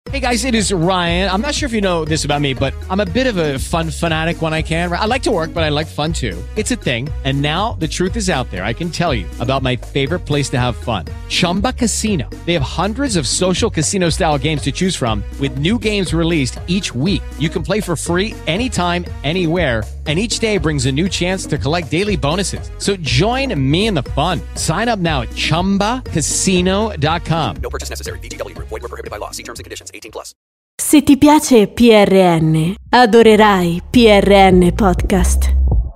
Hey guys, it is Ryan. I'm not sure if you know this about me, but I'm a bit of a fun fanatic when I can. I like to work, but I like fun too. It's a thing. And now the truth is out there. I can tell you about my favorite place to have fun. Chumba Casino. They have hundreds of social casino style games to choose from with new games released each week. You can play for free anytime, anywhere. And each day brings a new chance to collect daily bonuses. So join me in the fun. Sign up now at ChumbaCasino.com. No purchase necessary. VGW Group. Void where prohibited by law. See terms and conditions. 18+. Se ti piace PRN, adorerai PRN Podcast.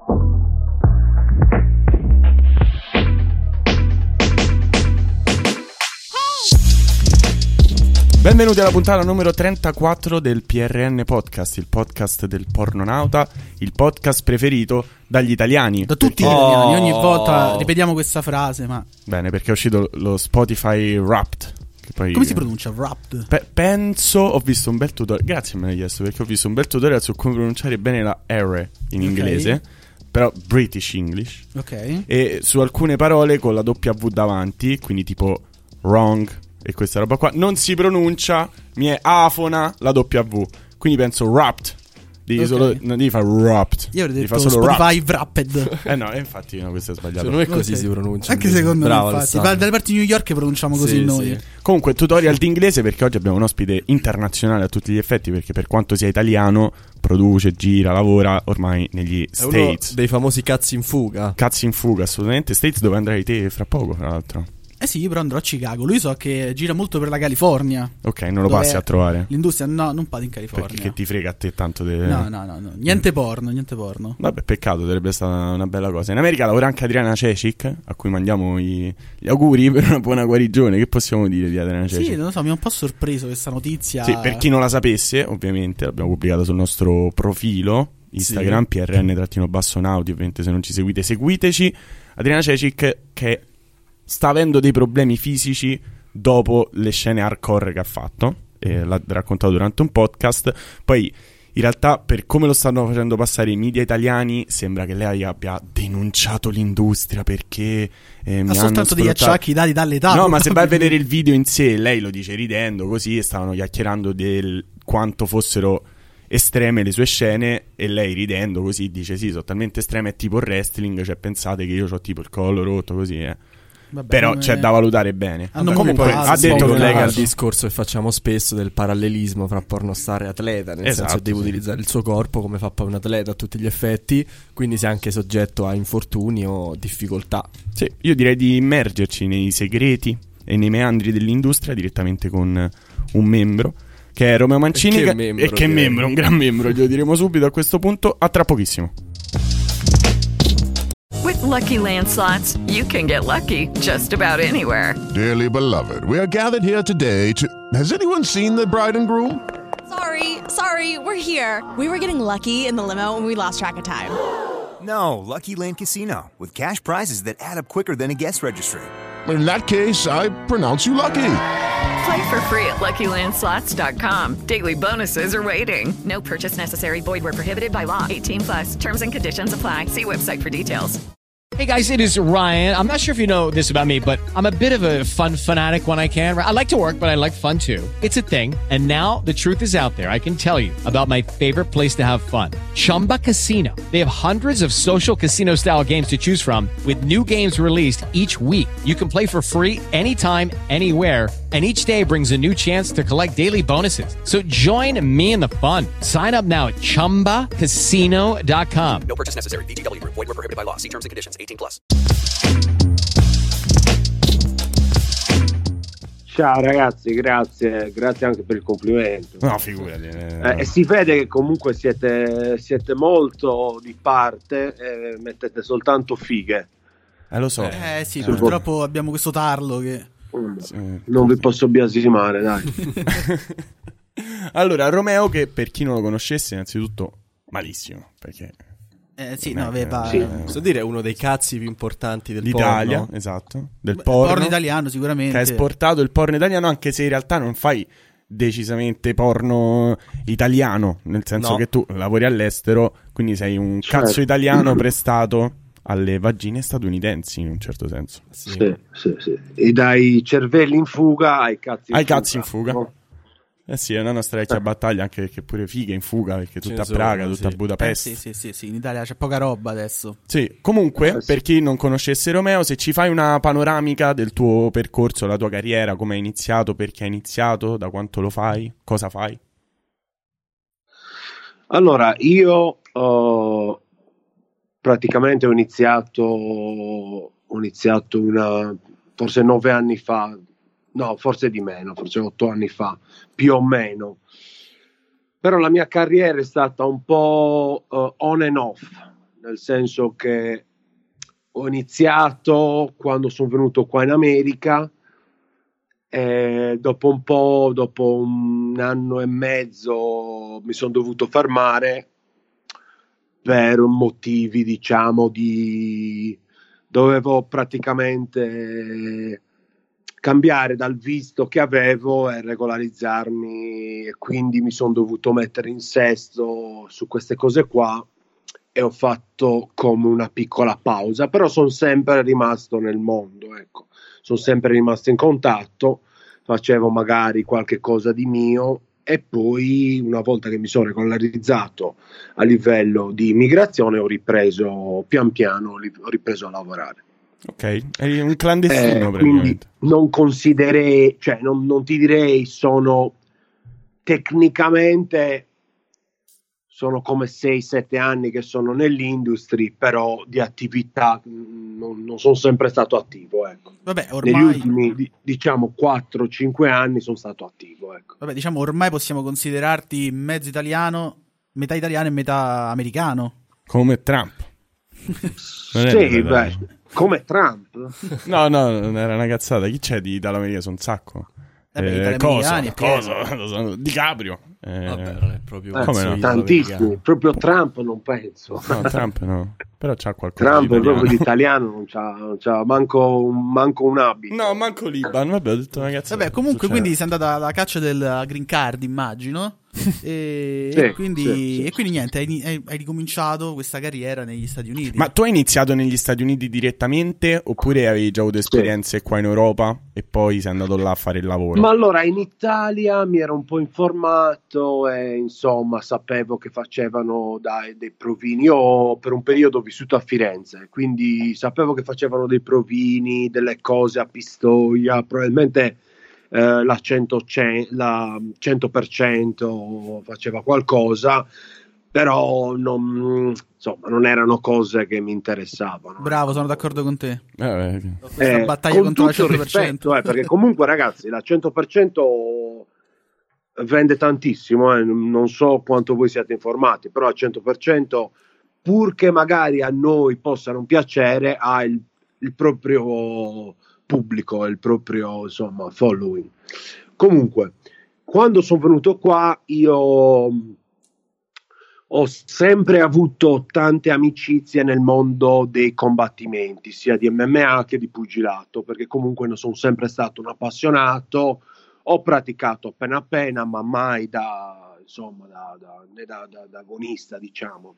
Benvenuti alla puntata numero 34 del PRN Podcast, il podcast del pornonauta, il podcast preferito dagli italiani. Da tutti gli italiani, ogni volta ripetiamo questa frase, ma... Bene, perché è uscito lo Spotify Wrapped. Che poi, come si pronuncia? Wrapped? Penso, ho visto un bel tutorial, grazie me l'hai chiesto, perché ho visto un bel tutorial su come pronunciare bene la R in inglese, però British English. Ok. E su alcune parole con la W davanti, quindi tipo wrong e questa roba qua, non si pronuncia, mi è afona la W. Quindi penso wrapped. Non devi fare wrapped. Io avrei detto solo Spotify Wrapped. No, infatti no, questo è sbagliato. Cioè, non è così si pronuncia. Anche secondo Bravo, me, infatti. Dalle parti di New York pronunciamo così noi. Sì. Comunque, tutorial di inglese, perché oggi abbiamo un ospite internazionale a tutti gli effetti, perché per quanto sia italiano, produce, gira, lavora ormai negli è States. uno dei famosi cazzi in fuga. Cazzi in fuga, assolutamente. States dove andrai te fra poco, tra l'altro. Eh sì, io però andrò a Chicago. Lui so che gira molto per la California. Ok, non lo passi a trovare. L'industria, no, non vado in California. Perché ti frega a te tanto No. Niente porno. Vabbè, peccato, sarebbe stata una bella cosa. In America lavora anche Adriana Cecic, a cui mandiamo gli auguri per una buona guarigione. Che possiamo dire di Adriana Cecic? Sì, non lo so, mi ha un po' sorpreso questa notizia. Sì, per chi non la sapesse, ovviamente l'abbiamo pubblicata sul nostro profilo Instagram, sì. PRN-Nauti, ovviamente se non ci seguite, seguiteci. Adriana Cecic che sta avendo dei problemi fisici dopo le scene hardcore che ha fatto, l'ha raccontato durante un podcast. Poi in realtà, per come lo stanno facendo passare i media italiani, sembra che lei abbia denunciato l'industria perché ha soltanto degli acciacchi dati dall'età. No, ma se vai a vedere il video in sé, lei lo dice ridendo così, e stavano chiacchierando del quanto fossero estreme le sue scene, e lei ridendo così dice sì, sono talmente estreme, è tipo il wrestling, cioè pensate che io ho tipo il collo rotto così. Vabbè, però c'è da valutare bene. Comunque ha detto che lega al discorso che facciamo spesso del parallelismo fra pornostar e atleta, nel senso che deve utilizzare il suo corpo come fa poi un atleta a tutti gli effetti, quindi sei anche soggetto a infortuni o difficoltà. Sì, io direi di immergerci nei segreti e nei meandri dell'industria direttamente con un membro che è Romeo Mancini, un gran membro, glielo diremo subito a questo punto. A tra pochissimo. With Lucky Land Slots, you can get lucky just about anywhere. Dearly beloved, we are gathered here today to... Has anyone seen the bride and groom? Sorry, we're here. We were getting lucky in the limo and we lost track of time. No, Lucky Land Casino, with cash prizes that add up quicker than a guest registry. In that case, I pronounce you lucky. Play for free at LuckyLandSlots.com. Daily bonuses are waiting. No purchase necessary. Void where prohibited by law. 18+. Terms and conditions apply. See website for details. Hey guys, it is Ryan. I'm not sure if you know this about me, but I'm a bit of a fun fanatic when I can. I like to work, but I like fun too. It's a thing. And now the truth is out there. I can tell you about my favorite place to have fun. Chumba Casino. They have hundreds of social casino style games to choose from with new games released each week. You can play for free anytime, anywhere. And each day brings a new chance to collect daily bonuses. So join me in the fun. Sign up now at ChumbaCasino.com. No purchase necessary. VGW Group. Void where prohibited by law. See terms and conditions. 18+. Ciao ragazzi, grazie anche per il complimento. No, figurati. Si vede che comunque siete molto di parte e mettete soltanto fighe. Lo so. Sì, purtroppo abbiamo questo tarlo che... Non vi posso biasimare, dai. Allora, Romeo, che per chi non lo conoscesse, innanzitutto malissimo, perché posso dire, è uno dei cazzi più importanti d'Italia, porno. Esatto, del porno italiano sicuramente, che ha esportato il porno italiano, anche se in realtà non fai decisamente porno italiano, nel senso che tu lavori all'estero, quindi sei un cazzo italiano prestato alle vagine statunitensi, in un certo senso. Sì. E dai cervelli in fuga ai cazzi in fuga. In fuga. No? Eh sì, è una nostra vecchia battaglia, anche perché pure fighe in fuga, perché tutta a sono, Praga, tutta a Budapest. Sì, in Italia c'è poca roba adesso. Sì, comunque, per chi non conoscesse Romeo, se ci fai una panoramica del tuo percorso, la tua carriera, come hai iniziato, perché hai iniziato, da quanto lo fai, cosa fai? Allora, io praticamente ho iniziato forse 9 anni fa, no, forse di meno, forse 8 anni fa, più o meno. Però la mia carriera è stata un po' on and off, nel senso che ho iniziato quando sono venuto qua in America e dopo un anno e mezzo mi sono dovuto fermare per motivi, diciamo, dovevo praticamente cambiare dal visto che avevo e regolarizzarmi, e quindi mi sono dovuto mettere in sesto su queste cose qua e ho fatto come una piccola pausa, però sono sempre rimasto nel mondo, ecco, sono sempre rimasto in contatto, facevo magari qualche cosa di mio e poi una volta che mi sono regolarizzato a livello di immigrazione ho ripreso pian piano, ho ripreso a lavorare. Ok, eri un clandestino quindi non considerei, cioè non ti direi tecnicamente sono come 6-7 anni che sono nell'industria, però di attività non sono sempre stato attivo, ecco. Vabbè, ormai negli ultimi diciamo 4-5 anni sono stato attivo, ecco. Vabbè, diciamo ormai possiamo considerarti mezzo italiano, metà italiano e metà americano. Come Trump. Sì, beh, come Trump. No, non era una cazzata. Chi c'è di dall'America? Sono un sacco. Cosa? Di Caprio. Vabbè, non è proprio come no? Tantissimi. Proprio Trump non penso. No, Trump no. Però c'ha qualcosa. Trump è proprio l'italiano, non c'ha manco un abito. No, manco l'Iban. Vabbè, ho detto una cazzata. Vabbè, comunque quindi sei andata alla caccia del green card, immagino. E quindi niente, hai ricominciato questa carriera negli Stati Uniti. Ma tu hai iniziato negli Stati Uniti direttamente oppure avevi già avuto esperienze qua in Europa e poi sei andato là a fare il lavoro? Ma allora in Italia mi ero un po' informato e insomma sapevo che facevano dei provini. Io per un periodo ho vissuto a Firenze, quindi sapevo che facevano dei provini, delle cose a Pistoia, probabilmente la 100% faceva qualcosa, però non erano cose che mi interessavano. Bravo, sono d'accordo con te. Questa battaglia contro la 100%. Rispetto, perché comunque ragazzi la 100% vende tantissimo, non so quanto voi siate informati, però al 100%, pur che magari a noi possa non piacere, ha il proprio pubblico, il proprio insomma following. Comunque, quando sono venuto qua io ho sempre avuto tante amicizie nel mondo dei combattimenti, sia di MMA che di pugilato, perché comunque ne sono sempre stato un appassionato, ho praticato appena, ma mai da agonista, diciamo.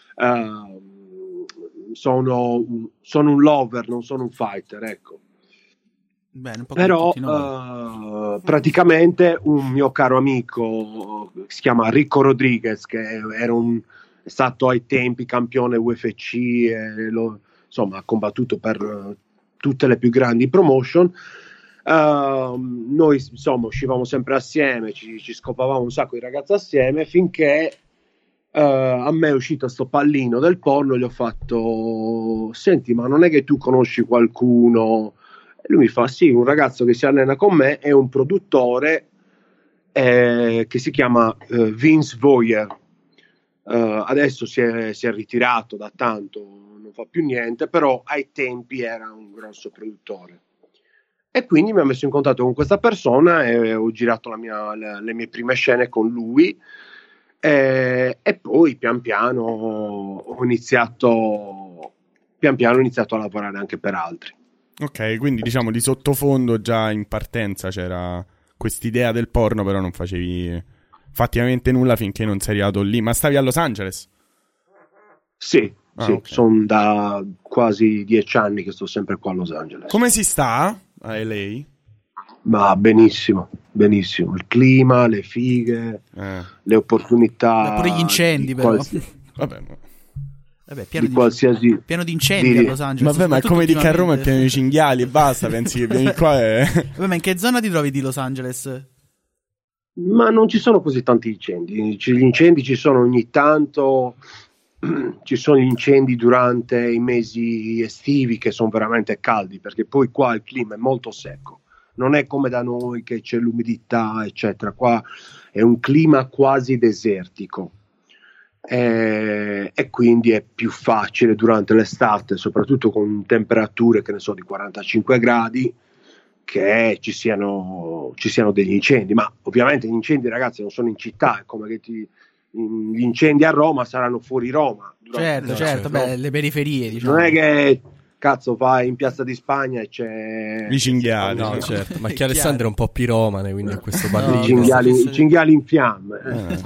Sono un lover, non sono un fighter, ecco. Bene, però praticamente un mio caro amico si chiama Rico Rodriguez, che è stato ai tempi campione UFC e insomma ha combattuto per tutte le più grandi promotion. Noi insomma uscivamo sempre assieme, ci scopavamo un sacco di ragazze assieme, finché a me è uscito sto pallino del porno. Gli ho fatto: senti, ma non è che tu conosci qualcuno? E lui mi fa: sì, un ragazzo che si allena con me è un produttore che si chiama Vince Voyer. Adesso si è ritirato da tanto, non fa più niente, però ai tempi era un grosso produttore. E quindi mi ha messo in contatto con questa persona e ho girato le mie prime scene con lui. E poi pian piano ho iniziato a lavorare anche per altri. Ok, quindi diciamo di sottofondo già in partenza c'era quest'idea del porno, però non facevi effettivamente nulla finché non sei arrivato lì. Ma stavi a Los Angeles? Sì, okay. Sono da quasi 10 anni che sto sempre qua a Los Angeles. Come si sta a LA? Ma benissimo, il clima, le fighe, le opportunità. Pure gli incendi, però. Vabbè, pieno di incendi a Los Angeles. Vabbè, ma è come di che a Roma è pieno di cinghiali e basta. Pensi che vieni qua e... Vabbè, ma in che zona ti trovi di Los Angeles? Ma non ci sono così tanti incendi. Gli incendi ci sono ogni tanto. Ci sono gli incendi durante i mesi estivi che sono veramente caldi, perché poi qua il clima è molto secco. Non è come da noi che c'è l'umidità, eccetera. Qua è un clima quasi desertico. E quindi è più facile durante l'estate, soprattutto con temperature che ne so di 45 gradi, che ci siano degli incendi. Ma ovviamente gli incendi, ragazzi, non sono in città, è come che gli incendi a Roma saranno fuori Roma. Certo, beh, le periferie, diciamo. Non è che cazzo vai in Piazza di Spagna e c'è i cinghiali. No, certo, ma che Alessandro è un po' piromane, quindi a questo parlo i cinghiali in fiamme.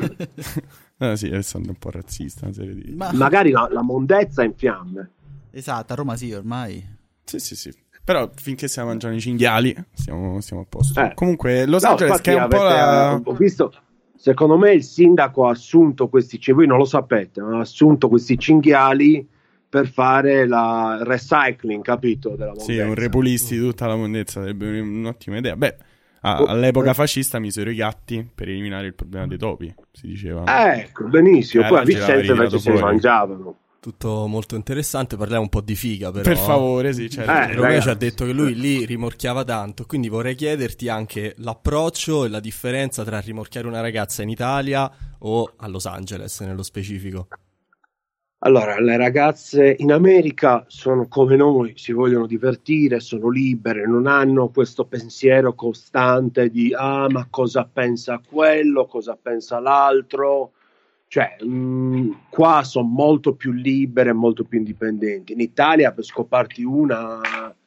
Sì, Alessandro è un po' razzista, una serie di... Magari la mondezza è in fiamme. Esatto, a Roma sì, ormai. Sì. Però finché stiamo mangiando i cinghiali stiamo a posto. Comunque Los Angeles che è un po' ho visto, secondo me il sindaco ha assunto questi cinghiali, voi non lo sapete, ma ha assunto questi cinghiali per fare la recycling, capito? Della mondezza. Sì, un repulisti di tutta la mondezza sarebbe un'ottima idea. Beh, all'epoca fascista misero i gatti per eliminare il problema dei topi, si diceva. Ecco, benissimo. Poi a Vicenza invece si mangiavano. Tutto molto interessante, parliamo un po' di figa però. Per favore, sì, certo. Romeo ci ha detto che lui lì rimorchiava tanto, quindi vorrei chiederti anche l'approccio e la differenza tra rimorchiare una ragazza in Italia o a Los Angeles nello specifico. Allora, le ragazze in America sono come noi, si vogliono divertire, sono libere, non hanno questo pensiero costante di ma cosa pensa quello, cosa pensa l'altro. Cioè, qua sono molto più libere, molto più indipendenti. In Italia per scoparti una,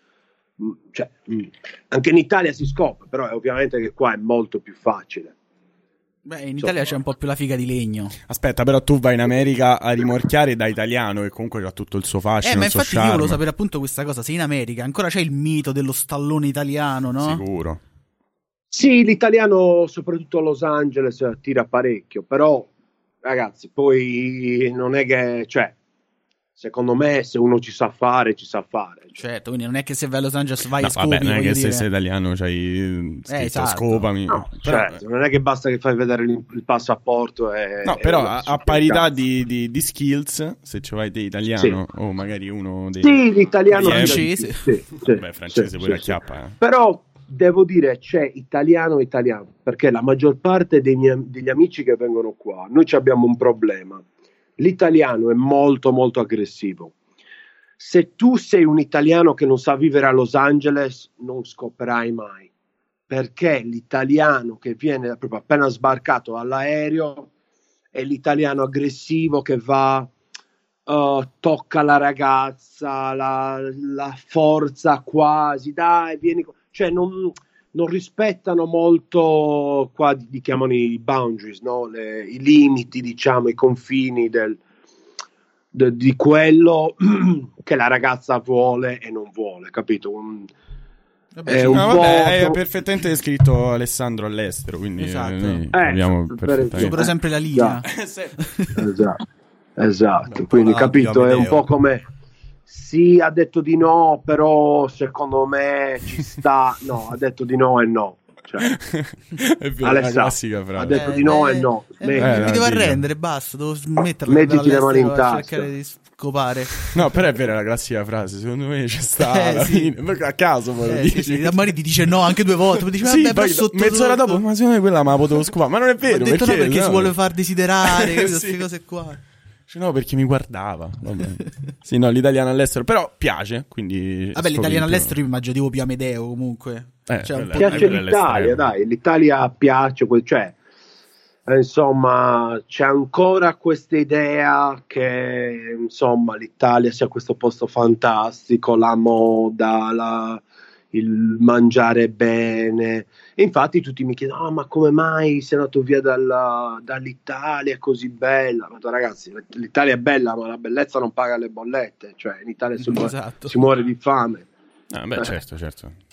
cioè, anche in Italia si scopre, però è ovviamente che qua è molto più facile. Beh, in Italia c'è un po' più la figa di legno. Aspetta, però tu vai in America a rimorchiare da italiano e comunque ha tutto il suo fascino, ma il suo infatti charme. Io volevo sapere appunto questa cosa, se in America ancora c'è il mito dello stallone italiano, no? Sicuro. Sì, l'italiano soprattutto a Los Angeles attira parecchio, però ragazzi, poi non è che, cioè, secondo me se uno ci sa fare, ci sa fare. Certo, quindi non è che se vai a Los Angeles vai a scopi. Vabbè, non è che dire... se sei italiano c'hai scritto esatto. scopami. No, certo, non è che basta che fai vedere il passaporto e... No, però a parità di skills, se ci vai te italiano o magari uno dei... Sì, l'italiano francese. Sì. Beh, francese pure acchiappa. Però devo dire c'è italiano, perché la maggior parte degli amici che vengono qua, noi abbiamo un problema. L'italiano è molto molto aggressivo. Se tu sei un italiano che non sa vivere a Los Angeles, non scoperai mai, perché l'italiano che viene proprio appena sbarcato all'aereo è l'italiano aggressivo che va, tocca la ragazza, la forza quasi, dai, vieni, cioè non rispettano molto, qua li chiamano i boundaries, no? I limiti, diciamo, i confini di quello che la ragazza vuole e non vuole, capito? È perfettamente descritto Alessandro all'estero, quindi esatto. Abbiamo perfettamente. Supera sempre la linea. Esatto. Quindi capito, è un po' come sì, ha detto di no, però secondo me ci sta. No, ha detto di no e no. Cioè, è vero, la classica frase. Ha detto di no e no. Mi devo arrendere, basta, devo smetterla. Mettiti le mani in tasca. Cercare di scopare. No, però è vera la classica frase, secondo me c'è sta alla fine. A caso poi lo dici. Sì. Magari ti dice no anche 2 volte, poi dici sì, poi mezz'ora dopo, ma secondo me quella me la potevo scopare. Ma non è vero, ho detto perché si vuole far desiderare, queste cose qua. No, perché mi guardava. Vabbè. Sì, no, l'italiano all'estero, però piace, quindi... Vabbè, l'italiano all'estero io immagino più Amedeo comunque. Piace l'Italia, dai, l'Italia piace, cioè, insomma, c'è ancora questa idea che, insomma, l'Italia sia questo posto fantastico, la moda, il mangiare bene. E infatti tutti mi chiedono ma come mai sei andato via dall'Italia, è così bella? Ma ragazzi, l'Italia è bella, ma la bellezza non paga le bollette, cioè in Italia si muore di fame. Beh, certo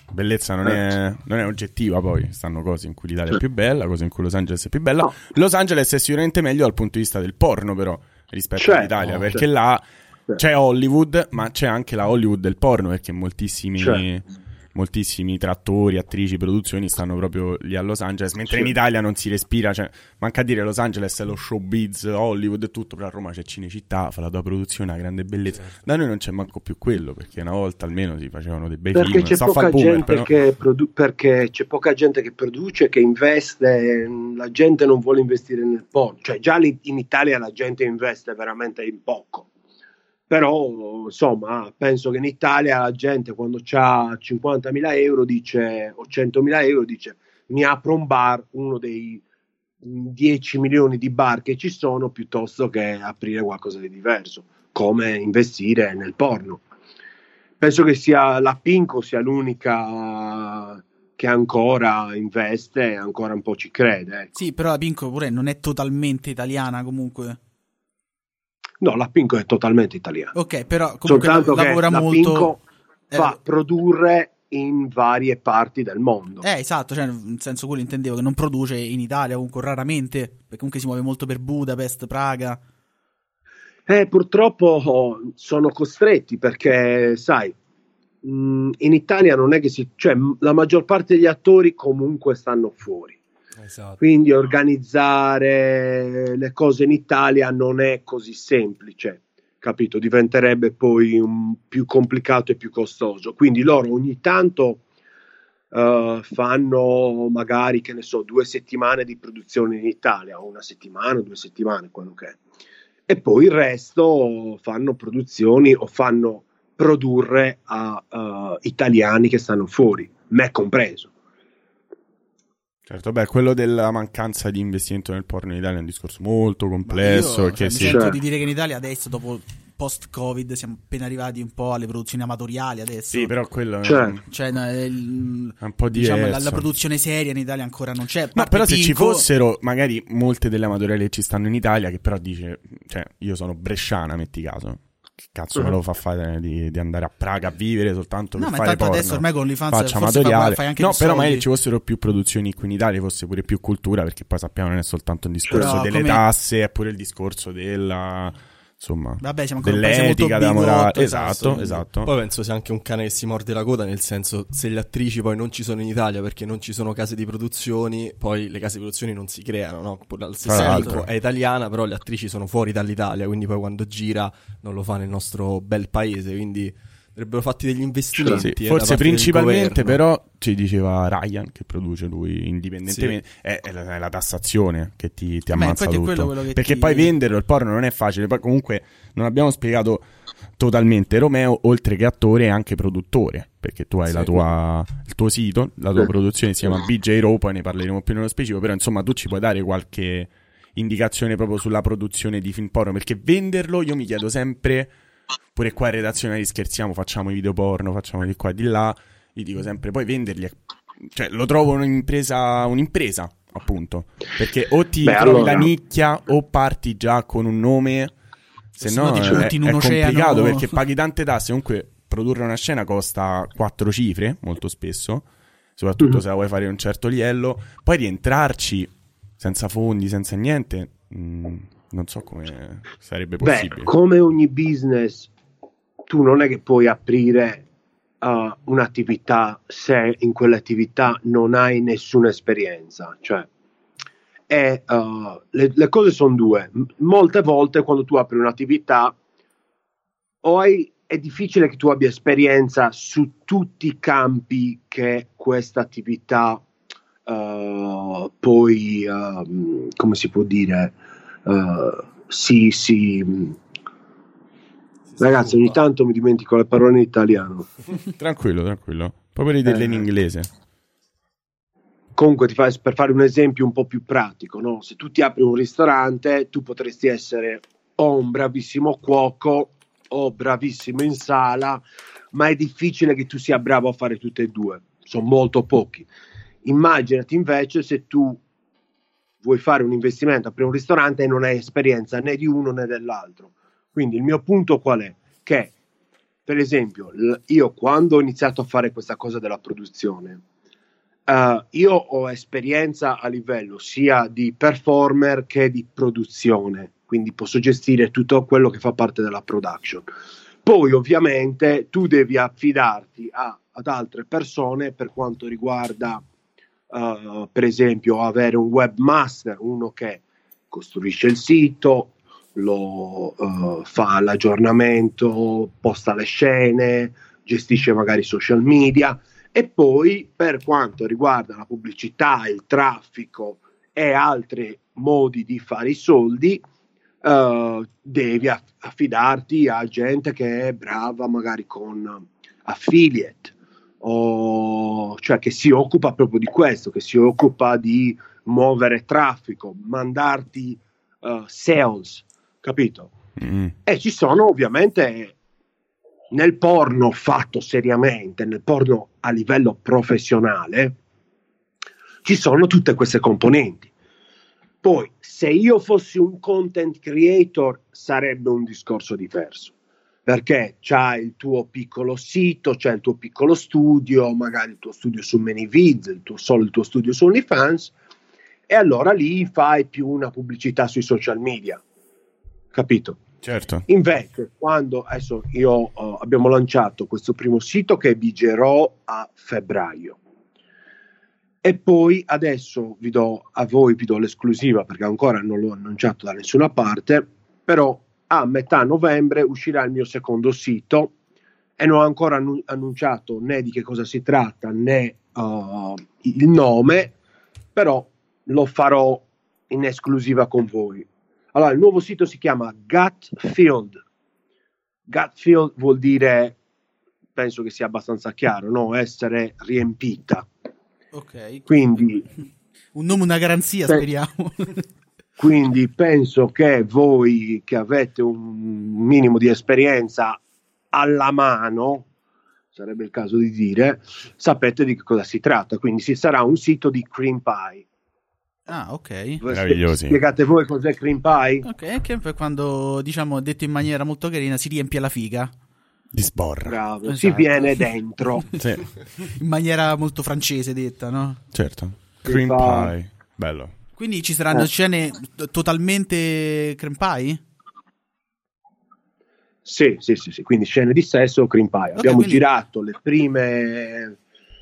bellezza non è oggettiva, poi stanno cose in cui l'Italia è più bella, cose in cui Los Angeles è più bella. No. Los Angeles è sicuramente meglio dal punto di vista del porno, però, rispetto all'Italia, perché là c'è Hollywood, ma c'è anche la Hollywood del porno, perché moltissimi trattori, attrici, produzioni stanno proprio lì a Los Angeles, mentre in Italia non si respira, cioè manca a dire Los Angeles è lo showbiz, Hollywood e tutto, però a Roma c'è Cinecittà, fa la tua produzione, una grande bellezza. Da noi non c'è manco più quello, perché una volta almeno si facevano dei bei perché film. C'è poca gente perché c'è poca gente che produce, che investe, la gente non vuole investire nel porno, cioè già in Italia la gente investe veramente in poco. Però insomma penso che in Italia la gente quando ha 50.000 euro dice, o 100.000 euro dice mi apro un bar, uno dei 10 milioni di bar che ci sono, piuttosto che aprire qualcosa di diverso, come investire nel porno. Penso che sia la Pinco sia l'unica che ancora investe e ancora un po' ci crede. Ecco. Sì, però la Pinco pure non è totalmente italiana comunque. No, la Pinco è totalmente italiana. Ok, però comunque lavora la molto. Pinco fa produrre in varie parti del mondo. Esatto, cioè nel senso quello intendevo, che non produce in Italia, comunque raramente, perché comunque si muove molto per Budapest, Praga. Purtroppo sono costretti, perché sai, in Italia non è che cioè la maggior parte degli attori comunque stanno fuori. Esatto. Quindi organizzare le cose in Italia non è così semplice, capito? Diventerebbe poi più complicato e più costoso. Quindi loro ogni tanto fanno magari, che ne so, 2 settimane di produzione in Italia, o 1 settimana, 2 settimane, quello che è. E poi il resto fanno produzioni o fanno produrre a italiani che stanno fuori, me compreso. Certo, quello della mancanza di investimento nel porno in Italia è un discorso molto complesso. Mi sento di dire che in Italia adesso, dopo post-Covid, siamo appena arrivati un po' alle produzioni amatoriali adesso. Sì, però quello è un po' diverso. La produzione seria in Italia ancora non c'è. No, però se ci fossero magari molte delle amatoriali che ci stanno in Italia, che però dice, cioè io sono bresciana, metti caso. Che cazzo me lo fa fare di andare a Praga a vivere soltanto per fare porno? Adesso ormai con l'OnlyFans faccia amatoriale. Fai anche però magari ci fossero più produzioni qui in Italia, fosse pure più cultura, perché poi sappiamo non è soltanto un discorso delle tasse, è pure il discorso della, insomma, dell'etica, della morale. Esatto. Poi penso sia anche un cane che si morde la coda, nel senso, se le attrici poi non ci sono in Italia perché non ci sono case di produzioni, poi le case di produzioni non si creano, no? La stessa Pinco è italiana, però le attrici sono fuori dall'Italia, quindi poi quando gira non lo fa nel nostro bel paese, quindi avrebbero fatti degli investimenti. Sì, forse principalmente, però ci diceva Ryan, che produce lui indipendentemente, è la tassazione che ti ammazza tutto, perché poi venderlo il porno non è facile. Poi comunque non abbiamo spiegato totalmente, Romeo oltre che attore è anche produttore, perché tu hai il tuo sito, la tua produzione si chiama BJ Raw, poi ne parleremo più nello specifico, però insomma tu ci puoi dare qualche indicazione proprio sulla produzione di film porno, perché venderlo, io mi chiedo sempre, pure qua in redazione scherziamo, facciamo i video porno, facciamo di qua e di là, gli dico sempre, poi venderli, cioè lo trovo un'impresa appunto, perché o ti trovi la nicchia o parti già con un nome, se no è complicato, perché paghi tante tasse. Comunque produrre una scena costa 4 cifre molto spesso, soprattutto se la vuoi fare in un certo livello, poi rientrarci senza fondi, senza niente, non so come sarebbe possibile. Come ogni business, tu non è che puoi aprire un'attività se in quell'attività non hai nessuna esperienza, cioè le cose sono due. Molte volte quando tu apri un'attività è difficile che tu abbia esperienza su tutti i campi che questa attività poi come si può dire, ragazzi, ogni tanto mi dimentico le parole in italiano. tranquillo, proprio ridirle in inglese. Comunque per fare un esempio un po' più pratico, no? Se tu ti apri un ristorante, tu potresti essere o un bravissimo cuoco o bravissimo in sala, ma è difficile che tu sia bravo a fare tutte e due, sono molto pochi. Immaginati invece se tu vuoi fare un investimento, aprire un ristorante e non hai esperienza né di uno né dell'altro. Quindi il mio punto qual è? Che per esempio, io quando ho iniziato a fare questa cosa della produzione, io ho esperienza a livello sia di performer che di produzione, quindi posso gestire tutto quello che fa parte della production. Poi ovviamente tu devi affidarti ad altre persone per quanto riguarda per esempio avere un webmaster, uno che costruisce il sito, lo fa l'aggiornamento, posta le scene, gestisce magari social media, e poi per quanto riguarda la pubblicità, il traffico e altri modi di fare i soldi, devi affidarti a gente che è brava magari con affiliate, o cioè che si occupa proprio di questo, che si occupa di muovere traffico, mandarti sales, capito? E ci sono ovviamente nel porno fatto seriamente, nel porno a livello professionale, ci sono tutte queste componenti. Poi se io fossi un content creator sarebbe un discorso diverso, perché c'hai il tuo piccolo sito, c'è il tuo piccolo studio, magari il tuo studio su ManyVids, solo il tuo studio su OnlyFans, e allora lì fai più una pubblicità sui social media, capito? Certo. Invece, quando adesso abbiamo lanciato questo primo sito che vigerò a febbraio, e poi adesso vi do l'esclusiva, perché ancora non l'ho annunciato da nessuna parte, però a metà novembre uscirà il mio secondo sito e non ho ancora annunciato né di che cosa si tratta né il nome, però lo farò in esclusiva con voi. Allora, il nuovo sito si chiama Gut Filled. Gut Filled vuol dire, penso che sia abbastanza chiaro, no? Essere riempita. Ok. Quindi un nome, una garanzia, speriamo. Quindi penso che voi che avete un minimo di esperienza alla mano, sarebbe il caso di dire, sapete di che cosa si tratta. Quindi sarà un sito di cream pie. Ah, ok. Meravigliosi. Spiegate voi cos'è cream pie? Ok, che per quando, diciamo, detto in maniera molto carina, si riempie la figa. Di sborra. Bravo, esatto. Si viene dentro. Sì. In maniera molto francese detta, no? Certo. Cream pie. Bello. Quindi ci saranno scene totalmente cream pie? Sì. Quindi scene di sesso, cream pie. Abbiamo girato le prime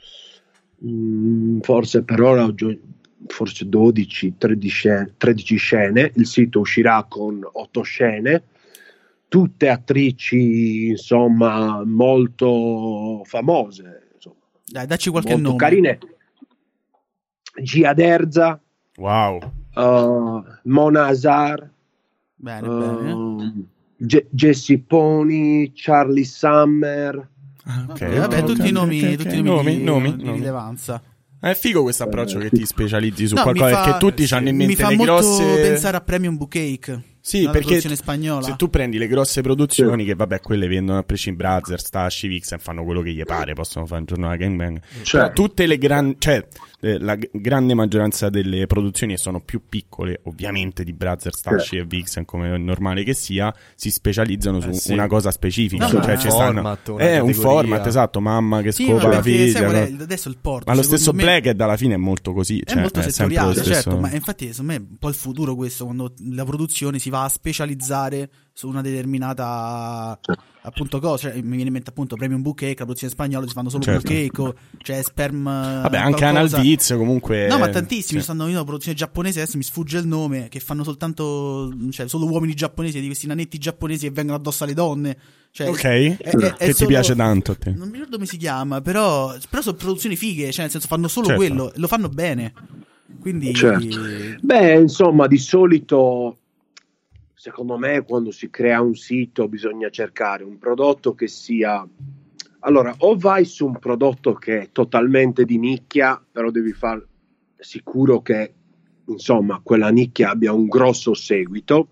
forse per ora forse 13 scene. Il sito uscirà con 8 scene, tutte attrici insomma molto famose, insomma. Dai, dacci qualche molto nome. Carine. Gia Derza, wow, Mona Azar, bene. Jesse Pony, Charlie Summer. Vabbè, tutti i nomi di rilevanza. È figo questo approccio che ti specializzi su qualcosa, perché tutti hanno in mente le grosse. Mi fa molto pensare a Premium Bookcake. Sì, perché spagnola. Se tu prendi le grosse produzioni, che vabbè, quelle vendono a prescindere, Brazzers, Stashi, Vixen, fanno quello che gli pare, possono fare un giorno una gangbang. Però tutte le la grande maggioranza delle produzioni, che sono più piccole, ovviamente, di Brazzers, Stashi e Vixen, come è normale che sia, si specializzano su una cosa specifica. È un format, esatto, mamma che scopa la figlia. Adesso il porto. Ma lo stesso Blackhead alla fine è molto così. È molto settoriale, certo, ma infatti secondo me è un po' il futuro questo, quando la produzione si va a specializzare su una determinata appunto cosa, cioè, mi viene in mente appunto Premium Bookcake, la produzione spagnola si fanno solo bookcake, cioè sperm, vabbè, anche Anal Beats comunque, no, ma tantissimi stanno in una produzione giapponese, adesso mi sfugge il nome, che fanno soltanto, cioè solo uomini giapponesi, di questi nanetti giapponesi che vengono addosso alle donne, cioè, che solo, ti piace tanto a te. Non mi ricordo come si chiama, però sono produzioni fighe, cioè nel senso fanno solo quello, lo fanno bene, quindi beh, insomma, di solito secondo me quando si crea un sito bisogna cercare un prodotto che sia, allora, o vai su un prodotto che è totalmente di nicchia, però devi far sicuro che insomma quella nicchia abbia un grosso seguito,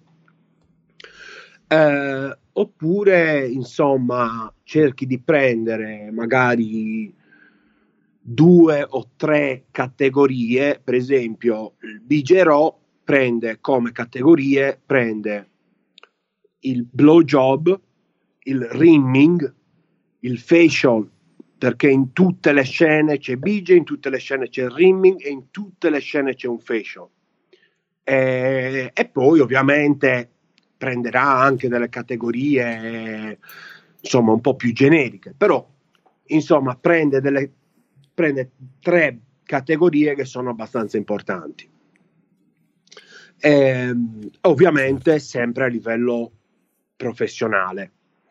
oppure insomma cerchi di prendere magari 2 o 3 categorie. Per esempio il Bigero prende come categorie, prende il blowjob, il rimming, il facial, perché in tutte le scene c'è BJ, in tutte le scene c'è il rimming e in tutte le scene c'è un facial. E poi ovviamente prenderà anche delle categorie insomma un po' più generiche, però insomma prende 3 categorie che sono abbastanza importanti. Ovviamente sempre a livello professionale.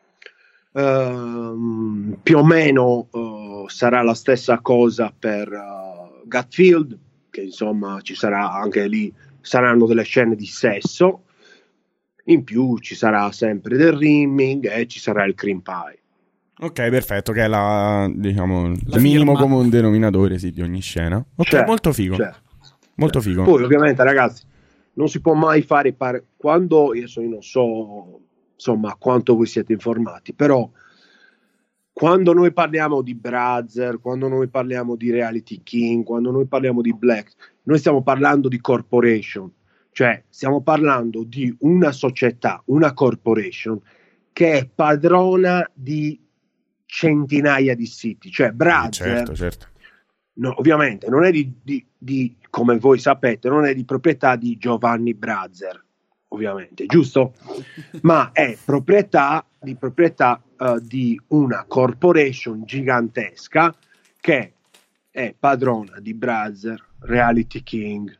Più o meno sarà la stessa cosa per Gutfield, che insomma ci sarà anche lì, saranno delle scene di sesso, in più ci sarà sempre del rimming e ci sarà il cream pie. Ok, perfetto, che è il minimo comune denominatore di ogni scena. Ok, certo, molto figo. Certo. Molto figo. Poi ovviamente ragazzi non si può mai fare quando io non so insomma quanto voi siete informati, però quando noi parliamo di Brother, quando noi parliamo di Reality King, quando noi parliamo di Black, noi stiamo parlando di corporation, cioè stiamo parlando di una società, una corporation che è padrona di centinaia di siti, cioè Brother, certo. No, ovviamente non è di come voi sapete, non è di proprietà di Giovanni Brother, ovviamente, giusto? Ma è proprietà di una corporation gigantesca che è padrona di Brother, Reality King,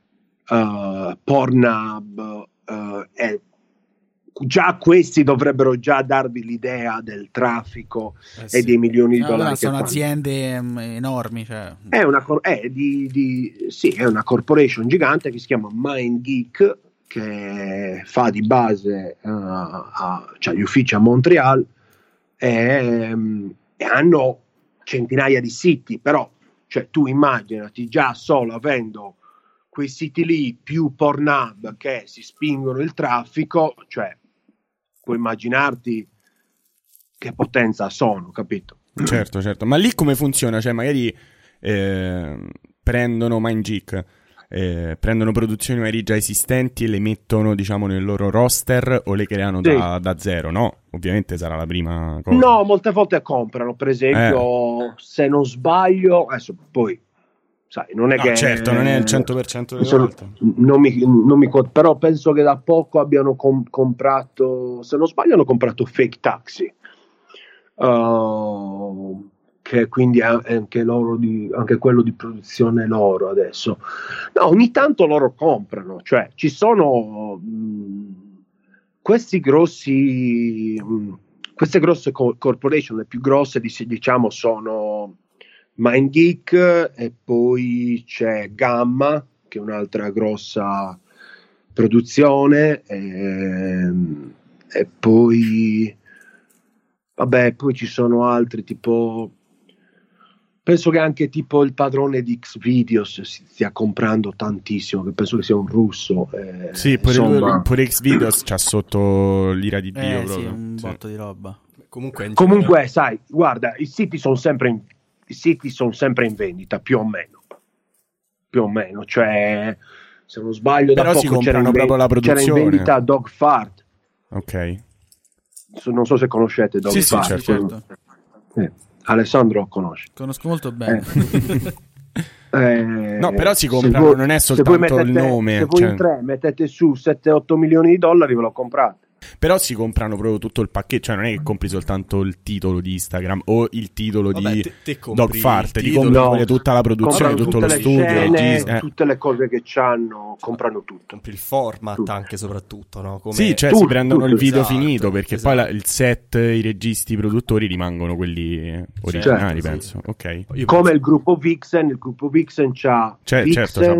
Pornhub, e già questi dovrebbero già darvi l'idea del traffico e dei milioni di dollari. Sono aziende enormi, cioè. È una corporation gigante che si chiama MindGeek, che fa di base cioè gli uffici a Montreal e hanno centinaia di siti, però cioè, tu immaginati già solo avendo quei siti lì più Pornhub che si spingono il traffico, cioè puoi immaginarti che potenza sono, capito? Certo, ma lì come funziona? Cioè magari prendono MindGeek, prendono produzioni magari già esistenti e le mettono diciamo nel loro roster o le creano da zero, no? Ovviamente sarà la prima cosa. No, molte volte comprano, per esempio se non sbaglio, adesso poi sai, non è che certo, non è il 100% delle volte. Però penso che da poco abbiano comprato, se non sbaglio hanno comprato Fake Taxi, che quindi è anche quello di produzione loro adesso. No, ogni tanto loro comprano, cioè ci sono queste grosse corporation, le più grosse diciamo sono MindGeek e poi c'è Gamma, che è un'altra grossa produzione, e poi poi ci sono altri, tipo penso che anche tipo il padrone di Xvideos si stia comprando tantissimo, che penso che sia un russo. Sì, pure Xvideos c'ha sotto l'ira di Dio proprio. Sì, un botto di roba. Comunque sai, guarda, i siti sono sempre in vendita, più o meno, cioè se non sbaglio però da poco c'era in vendita Dogfart. Ok. Non so se conoscete Dogfart. Sì, certo. Alessandro conosce. Conosco molto bene. No, però si comprano, non è soltanto il nome. Se voi in 3 mettete su 7-8 milioni di dollari, ve lo comprate. Però si comprano proprio tutto il pacchetto, cioè non è che compri soltanto il titolo di Instagram o il titolo di Dogfart, ti compri tutta la produzione, tutto lo studio, scene, tutte le cose che c'hanno, comprano tutto. Compri il format anche soprattutto, no? Come sì, cioè si prendono il video finito, perché poi il set, i registi, i produttori rimangono quelli originali, penso. Ok. Come il gruppo Vixen c'ha c'ha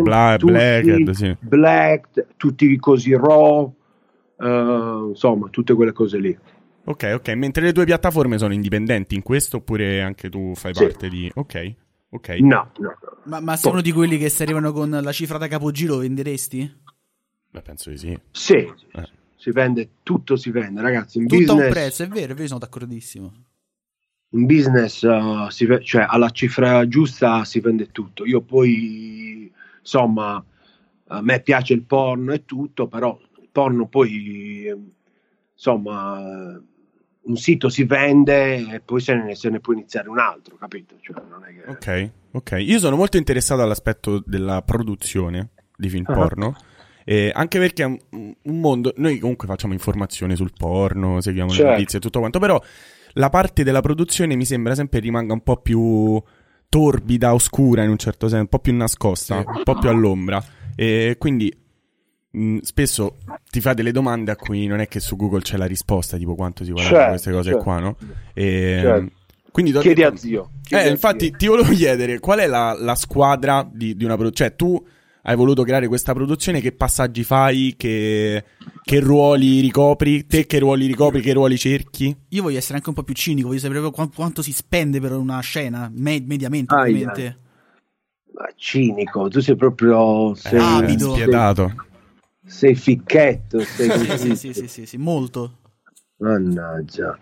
Black, tutti così Raw, insomma tutte quelle cose lì. Ok, mentre le tue piattaforme sono indipendenti in questo, oppure anche tu fai parte di... Ok. No. Ma sei uno di quelli che se arrivano con la cifra da capogiro venderesti? Beh, penso di sì. Sì. Si vende, tutto si vende, ragazzi, in tutto business, a un prezzo, è vero, io sono d'accordissimo. In business cioè alla cifra giusta si vende tutto. Io poi insomma a me piace il porno e tutto, però porno poi insomma un sito si vende e poi se ne può iniziare un altro, capito? Cioè, non è che... Ok. Io sono molto interessato all'aspetto della produzione di film porno, anche perché è un mondo... Noi comunque facciamo informazioni sul porno, seguiamo le notizie e tutto quanto, però la parte della produzione mi sembra sempre rimanga un po' più torbida, oscura in un certo senso, un po' più nascosta, un po' più all'ombra, e quindi spesso ti fa delle domande a cui non è che su Google c'è la risposta, tipo quanto si guadagna queste cose qua, no? Quindi chiedi a zio. Infatti ti volevo chiedere qual è la squadra di una produzione, cioè tu hai voluto creare questa produzione, che passaggi fai, che ruoli ricopri, te che ruoli ricopri, che ruoli cerchi? Io voglio essere anche un po' più cinico, voglio sapere quanto si spende per una scena, mediamente ovviamente. Ma cinico, tu sei proprio spietato. Sei ficchetto, sì, molto. Mannaggia.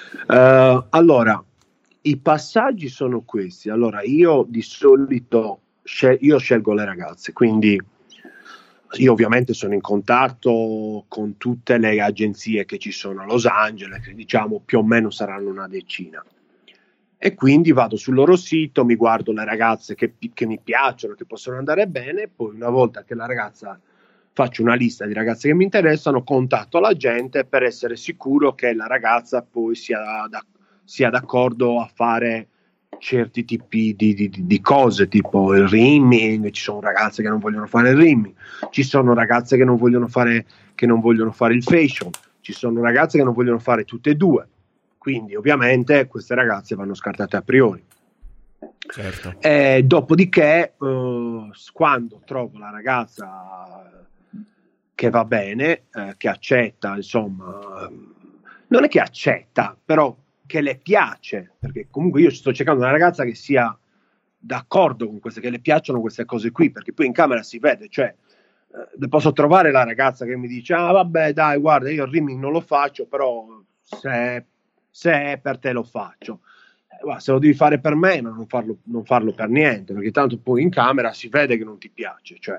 Allora, i passaggi sono questi. Allora, io di solito scelgo le ragazze, quindi io ovviamente sono in contatto con tutte le agenzie che ci sono a Los Angeles, che diciamo più o meno saranno una decina. E quindi vado sul loro sito, mi guardo le ragazze che mi piacciono, che possono andare bene, poi una volta che la ragazza... faccio una lista di ragazze che mi interessano, contatto la gente per essere sicuro che la ragazza poi sia d'accordo a fare certi tipi di cose, tipo il rimming. Ci sono ragazze che non vogliono fare il rimming, ci sono ragazze che non vogliono fare il facial, ci sono ragazze che non vogliono fare tutte e due, quindi ovviamente queste ragazze vanno scartate a priori. Certo. Dopodiché quando trovo la ragazza che va bene, che accetta, insomma, non è che accetta, però che le piace, perché comunque io sto cercando una ragazza che sia d'accordo con queste, che le piacciono queste cose qui, perché poi in camera si vede, cioè posso trovare la ragazza che mi dice vabbè dai, guarda, io il rimming non lo faccio, però se è per te lo faccio. Se lo devi fare per me, non farlo per niente, perché tanto poi in camera si vede che non ti piace, cioè.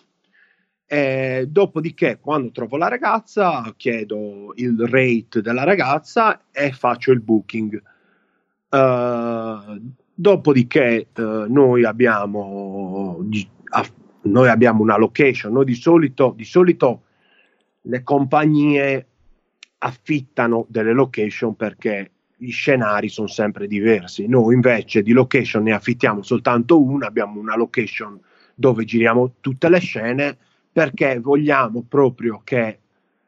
Dopodiché, quando trovo la ragazza, chiedo il rate della ragazza e faccio il booking. Dopodiché noi abbiamo una location. Noi di solito le compagnie affittano delle location perché gli scenari sono sempre diversi. Noi invece di location ne affittiamo soltanto una, abbiamo una location dove giriamo tutte le scene, perché vogliamo proprio che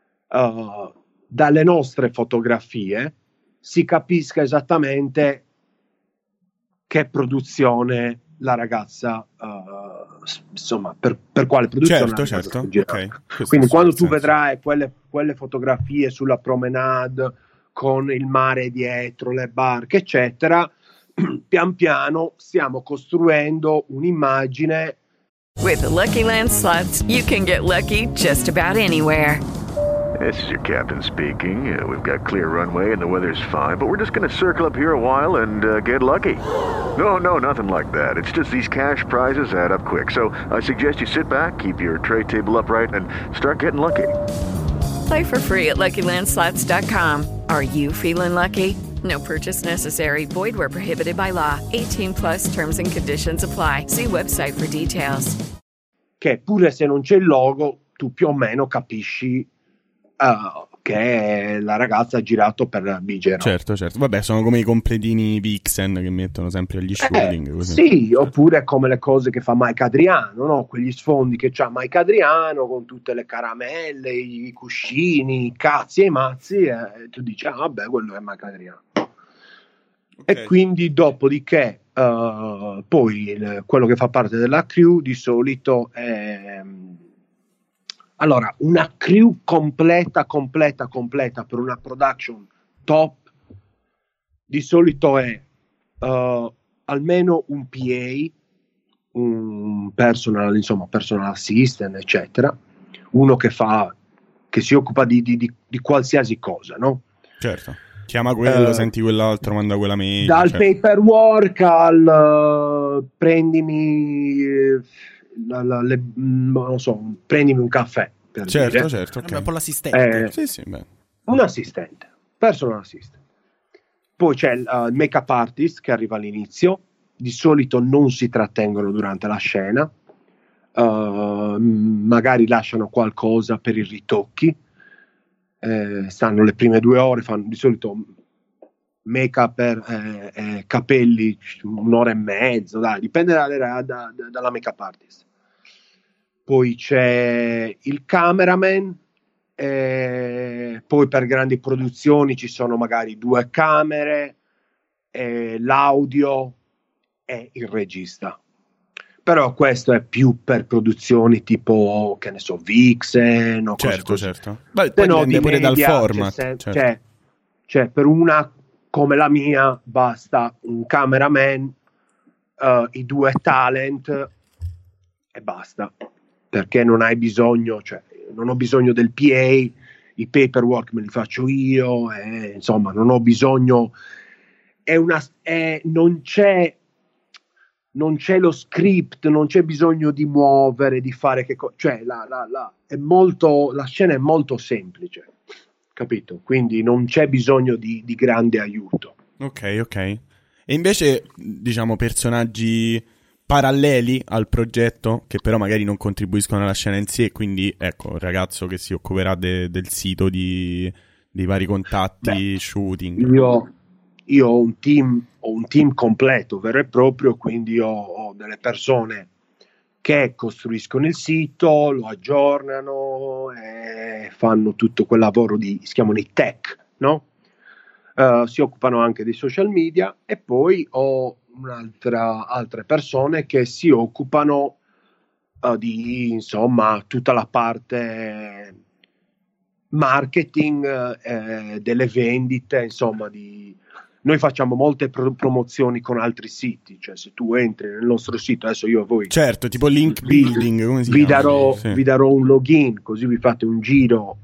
dalle nostre fotografie si capisca esattamente che produzione la ragazza, insomma, per quale produzione. Certo. Okay. Quindi quando tu vedrai quelle fotografie sulla promenade con il mare dietro, le barche, eccetera, pian piano stiamo costruendo un'immagine. With the Lucky Land Slots, you can get lucky just about anywhere. This is your captain speaking. We've got clear runway and the weather's fine, but we're just going to circle up here a while and get lucky. No, nothing like that. It's just these cash prizes add up quick. So I suggest you sit back, keep your tray table upright, and start getting lucky. Play for free at LuckyLandSlots.com. Are you feeling lucky? No purchase necessary. Void where prohibited by law. 18+ terms and conditions apply. See website for details. Che pure se non c'è il logo, tu più o meno capisci che la ragazza ha girato per Bigero. Certo. Vabbè, sono come i completini Vixen che mettono sempre agli shooting. Così. Sì, oppure come le cose che fa Mike Adriano, no? Quegli sfondi che c'ha Mike Adriano con tutte le caramelle, i cuscini, i cazzi e i mazzi, e tu dici, vabbè, quello è Mike Adriano. Okay. E quindi dopodiché poi quello che fa parte della crew di solito è... Allora, una crew completa per una production top di solito è almeno un PA, un personal assistant, eccetera, uno che si occupa di qualsiasi cosa, no? Certo. Chiama quello, senti quell'altro, manda quella mail. Dal paperwork al prendimi non so, prendimi un caffè, per certo, dire. Certo, okay. Un po' l'assistente. Un assistente, personal assistant. Poi c'è il make-up artist che arriva all'inizio, di solito non si trattengono durante la scena, magari lasciano qualcosa per i ritocchi, stanno le prime 2 ore, fanno di solito make-up per capelli 1 ora e mezzo, dipende dalla make-up artist. Poi c'è il cameraman, poi per grandi produzioni ci sono magari 2 camere, l'audio e il regista. Però questo è più per produzioni tipo, che ne so, Vixen o certo. Beh, poi dipende pure dal format. Cioè, per una come la mia basta un cameraman, i 2 talent e basta, perché non hai bisogno, cioè non ho bisogno del PA, i paperwork me li faccio io, insomma non ho bisogno, non c'è lo script, non c'è bisogno di muovere, di fare cioè la scena è molto semplice, capito? Quindi non c'è bisogno di grande aiuto. Ok. E invece, diciamo, personaggi paralleli al progetto, che però magari non contribuiscono alla scena in sé, quindi ecco, il ragazzo che si occuperà del sito, dei vari contatti, shooting. Io ho un team completo, vero e proprio, quindi ho delle persone che costruiscono il sito, lo aggiornano e fanno tutto quel lavoro si chiamano i tech, no? Si occupano anche dei social media, e poi ho altre persone che si occupano di, insomma, tutta la parte marketing, delle vendite, insomma, noi facciamo molte promozioni con altri siti, cioè se tu entri nel nostro sito, adesso io a voi... Certo, tipo link building, come si chiama? Vi darò un login, così vi fate un giro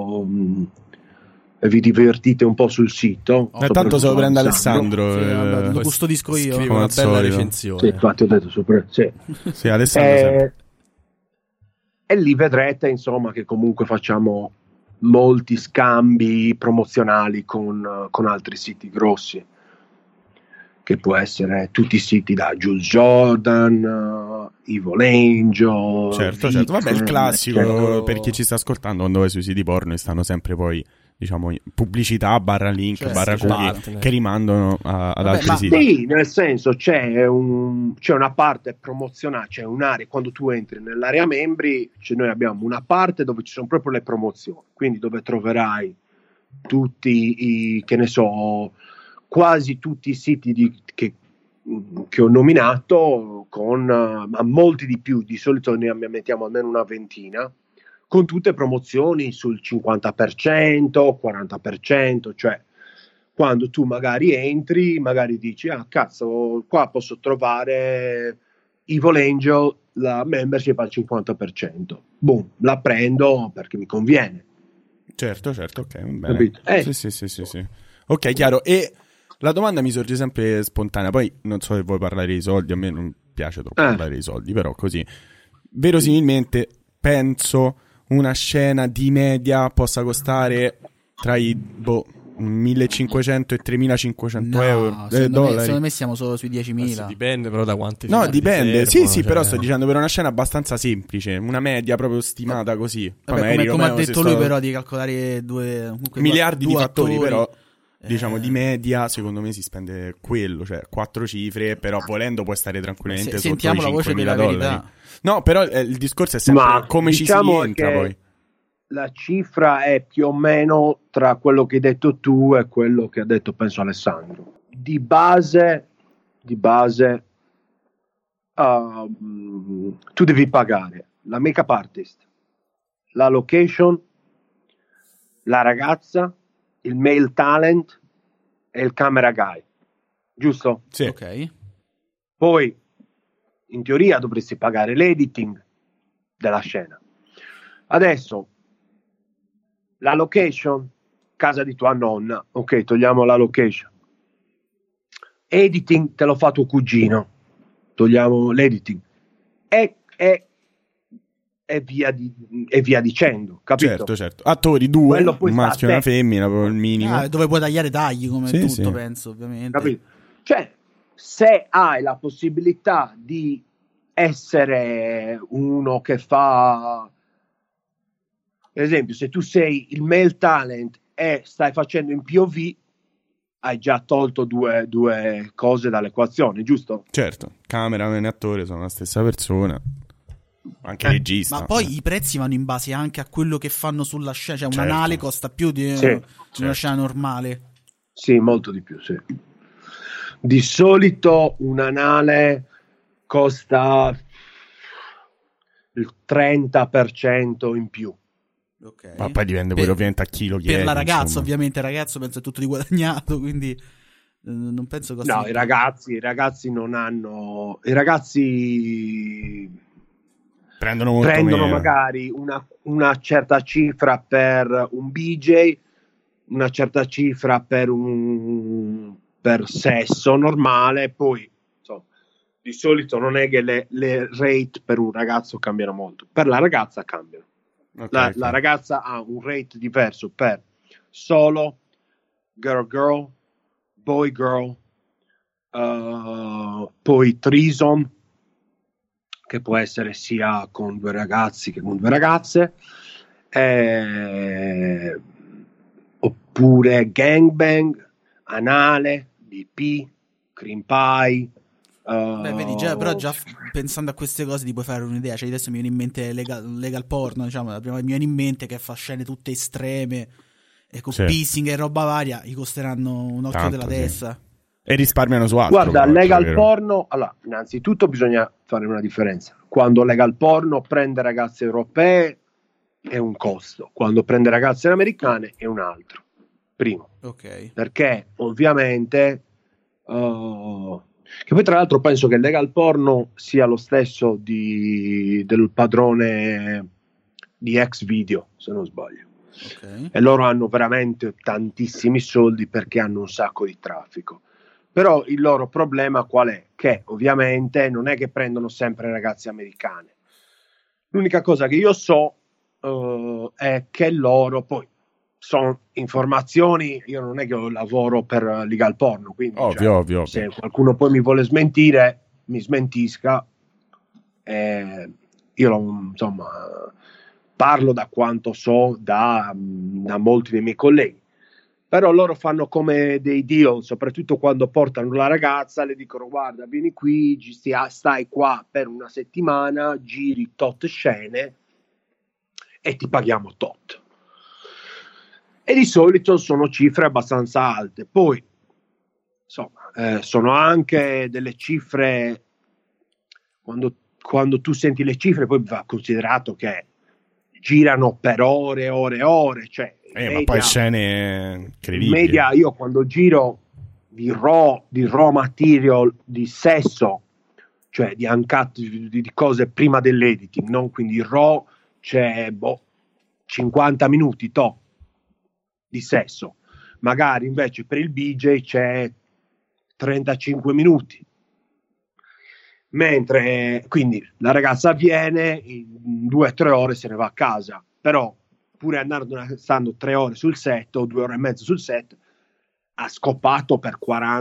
e vi divertite un po' sul sito. Tanto se lo prende Alessandro. Lo custodisco io. Scrivo una bella recensione. Sì, infatti ho detto sopra. Sì, Alessandro e lì vedrete, insomma, che comunque facciamo molti scambi promozionali con altri siti grossi, che può essere tutti i siti da Jules Jordan, Evil Angel. Certo. Vabbè, il classico, per chi ci sta ascoltando, quando vai sui siti porno stanno sempre poi, diciamo, pubblicità / link / cookie che rimandano ad altri siti. Sì, nel senso c'è una parte promozionale, c'è un'area, quando tu entri nell'area membri, noi abbiamo una parte dove ci sono proprio le promozioni, quindi dove troverai tutti che ne so, quasi tutti i siti che ho nominato, ma molti di più, di solito ne mettiamo almeno una ventina, con tutte promozioni sul 50%, 40%, cioè quando tu magari entri, magari dici, cazzo, qua posso trovare Evil Angel, la membership al 50%. Boom, la prendo perché mi conviene. Certo, ok, bene. Sì. Ok, chiaro. E la domanda mi sorge sempre spontanea, poi non so se vuoi parlare dei soldi, a me non piace troppo parlare dei soldi, però così, verosimilmente, penso una scena di media possa costare tra i 1.500 e 3.500 euro. Secondo me siamo solo sui 10.000. Dipende però da quanti film. No, dipende. Sì, però sto dicendo per una scena abbastanza semplice, una media proprio stimata così. Vabbè, come ha detto lui, però, di calcolare miliardi di fattori, attori, però diciamo di media secondo me si spende quello, cioè 4 cifre, però volendo puoi stare tranquillamente sotto i $5.000. No, però il discorso è sempre come diciamo ci si entra poi. La cifra è più o meno tra quello che hai detto tu e quello che ha detto, penso, Alessandro. Di base tu devi pagare la make-up artist, la location, la ragazza, il male talent e il camera guy, giusto? Sì. Ok. Poi in teoria dovresti pagare l'editing della scena. Adesso la location, casa di tua nonna, ok, togliamo la location. Editing te lo fa tuo cugino, togliamo l'editing. E e via dicendo, capito? Certo. Attori due, un maschio e una femmina, proprio il minimo. Dove puoi tagliare tagli come tutto, penso, ovviamente. Capito? Cioè, se hai la possibilità di essere uno che fa, per esempio, se tu sei il male talent e stai facendo in POV, hai già tolto due cose dall'equazione, giusto? Certo, cameraman e attore sono la stessa persona, anche regista. Ma poi i prezzi vanno in base anche a quello che fanno sulla scena, cioè un anale costa più di una scena normale. Sì, molto di più, sì. Di solito un anale costa il 30% in più. Okay. Ma poi dipende pure ovviamente a chi lo chiede. Per la ragazza, insomma. ovviamente, il ragazzo pensa è tutto di guadagnato, quindi non penso costi. No, i ragazzi non hanno. I ragazzi prendono magari una certa cifra per un BJ, una certa cifra per sesso normale, poi insomma, di solito non è che le rate per un ragazzo cambiano molto, per la ragazza cambiano. Okay, la ragazza ha un rate diverso per solo, girl, boy girl, poi threesome, che può essere sia con due ragazzi che con due ragazze, oppure gangbang, anale, DP, cream pie. Vedi già, però già pensando a queste cose ti puoi fare un'idea. Cioè adesso mi viene in mente legal porno, diciamo, la prima mi viene in mente che fa scene tutte estreme e con pissing e roba varia, gli costeranno un occhio della testa. E risparmiano su altro. Guarda, legal porno, allora, innanzitutto bisogna fare una differenza. Quando legal porno prende ragazze europee è un costo, quando prende ragazze americane è un altro. Primo. Ok. Perché ovviamente che poi tra l'altro penso che il legal porno sia lo stesso del padrone di Xvideo, se non sbaglio. Okay. E loro hanno veramente tantissimi soldi perché hanno un sacco di traffico. Però il loro problema qual è? Che ovviamente non è che prendono sempre ragazze americane. L'unica cosa che io so è che loro poi sono informazioni, io non è che lavoro per legal porno, quindi ovvio. Se qualcuno poi mi vuole smentire, mi smentisca. Io insomma parlo da quanto so da molti dei miei colleghi, però loro fanno come dei deal, soprattutto quando portano la ragazza, le dicono guarda vieni qui, stai qua per una settimana, giri tot scene e ti paghiamo tot. E di solito sono cifre abbastanza alte. Poi insomma sono anche delle cifre, quando tu senti le cifre poi va considerato che girano per ore, cioè media, ma poi scene incredibili. In media io quando giro di raw material, di sesso, cioè di uncut, di cose prima dell'editing, non quindi raw, c'è 50 minuti di sesso, magari invece per il BJ c'è 35 minuti, mentre quindi la ragazza viene in 2 o 3 ore se ne va a casa, però pure stando 3 ore sul set o 2 ore e mezzo sul set ha scopato per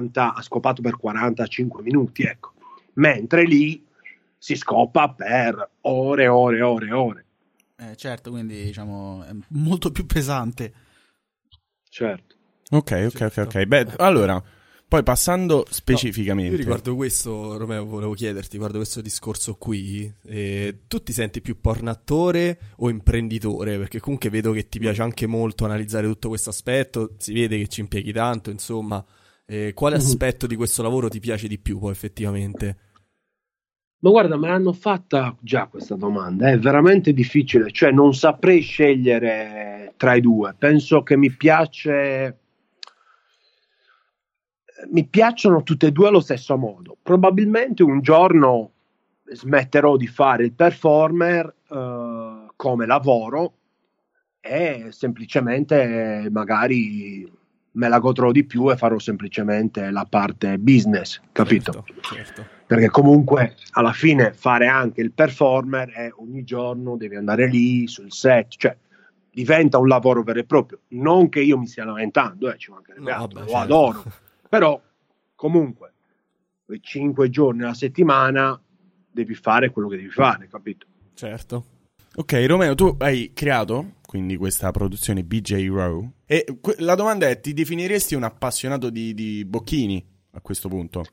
45 minuti, ecco, mentre lì si scopa per ore. Certo, quindi diciamo è molto più pesante. Certo. Ok. Beh, allora, poi passando specificamente. Io riguardo questo, Romeo, volevo chiederti, riguardo questo discorso qui, tu ti senti più pornattore o imprenditore? Perché comunque vedo che ti piace anche molto analizzare tutto questo aspetto, si vede che ci impieghi tanto, insomma. Quale aspetto di questo lavoro ti piace di più poi effettivamente? Ma guarda, me l'hanno fatta già questa domanda, è veramente difficile, cioè non saprei scegliere tra i due. Penso che mi piacciono tutte e due allo stesso modo. Probabilmente un giorno smetterò di fare il performer come lavoro e semplicemente magari me la godrò di più e farò semplicemente la parte business, capito? Certo. perché comunque alla fine fare anche il performer è ogni giorno devi andare lì sul set, cioè diventa un lavoro vero e proprio. Non che io mi stia lamentando, ci mancherebbe altro, lo adoro, però comunque 5 giorni alla settimana devi fare quello che devi fare, capito? Certo. Ok, Romeo, tu hai creato quindi questa produzione BJ Row e la domanda è: ti definiresti un appassionato di bocchini a questo punto?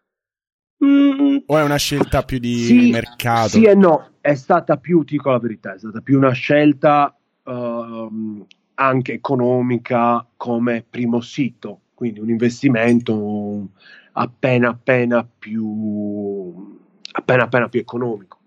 O è una scelta più di mercato? Sì e no, è stata più, ti dico la verità, è stata più una scelta anche economica come primo sito, quindi un investimento appena più economico.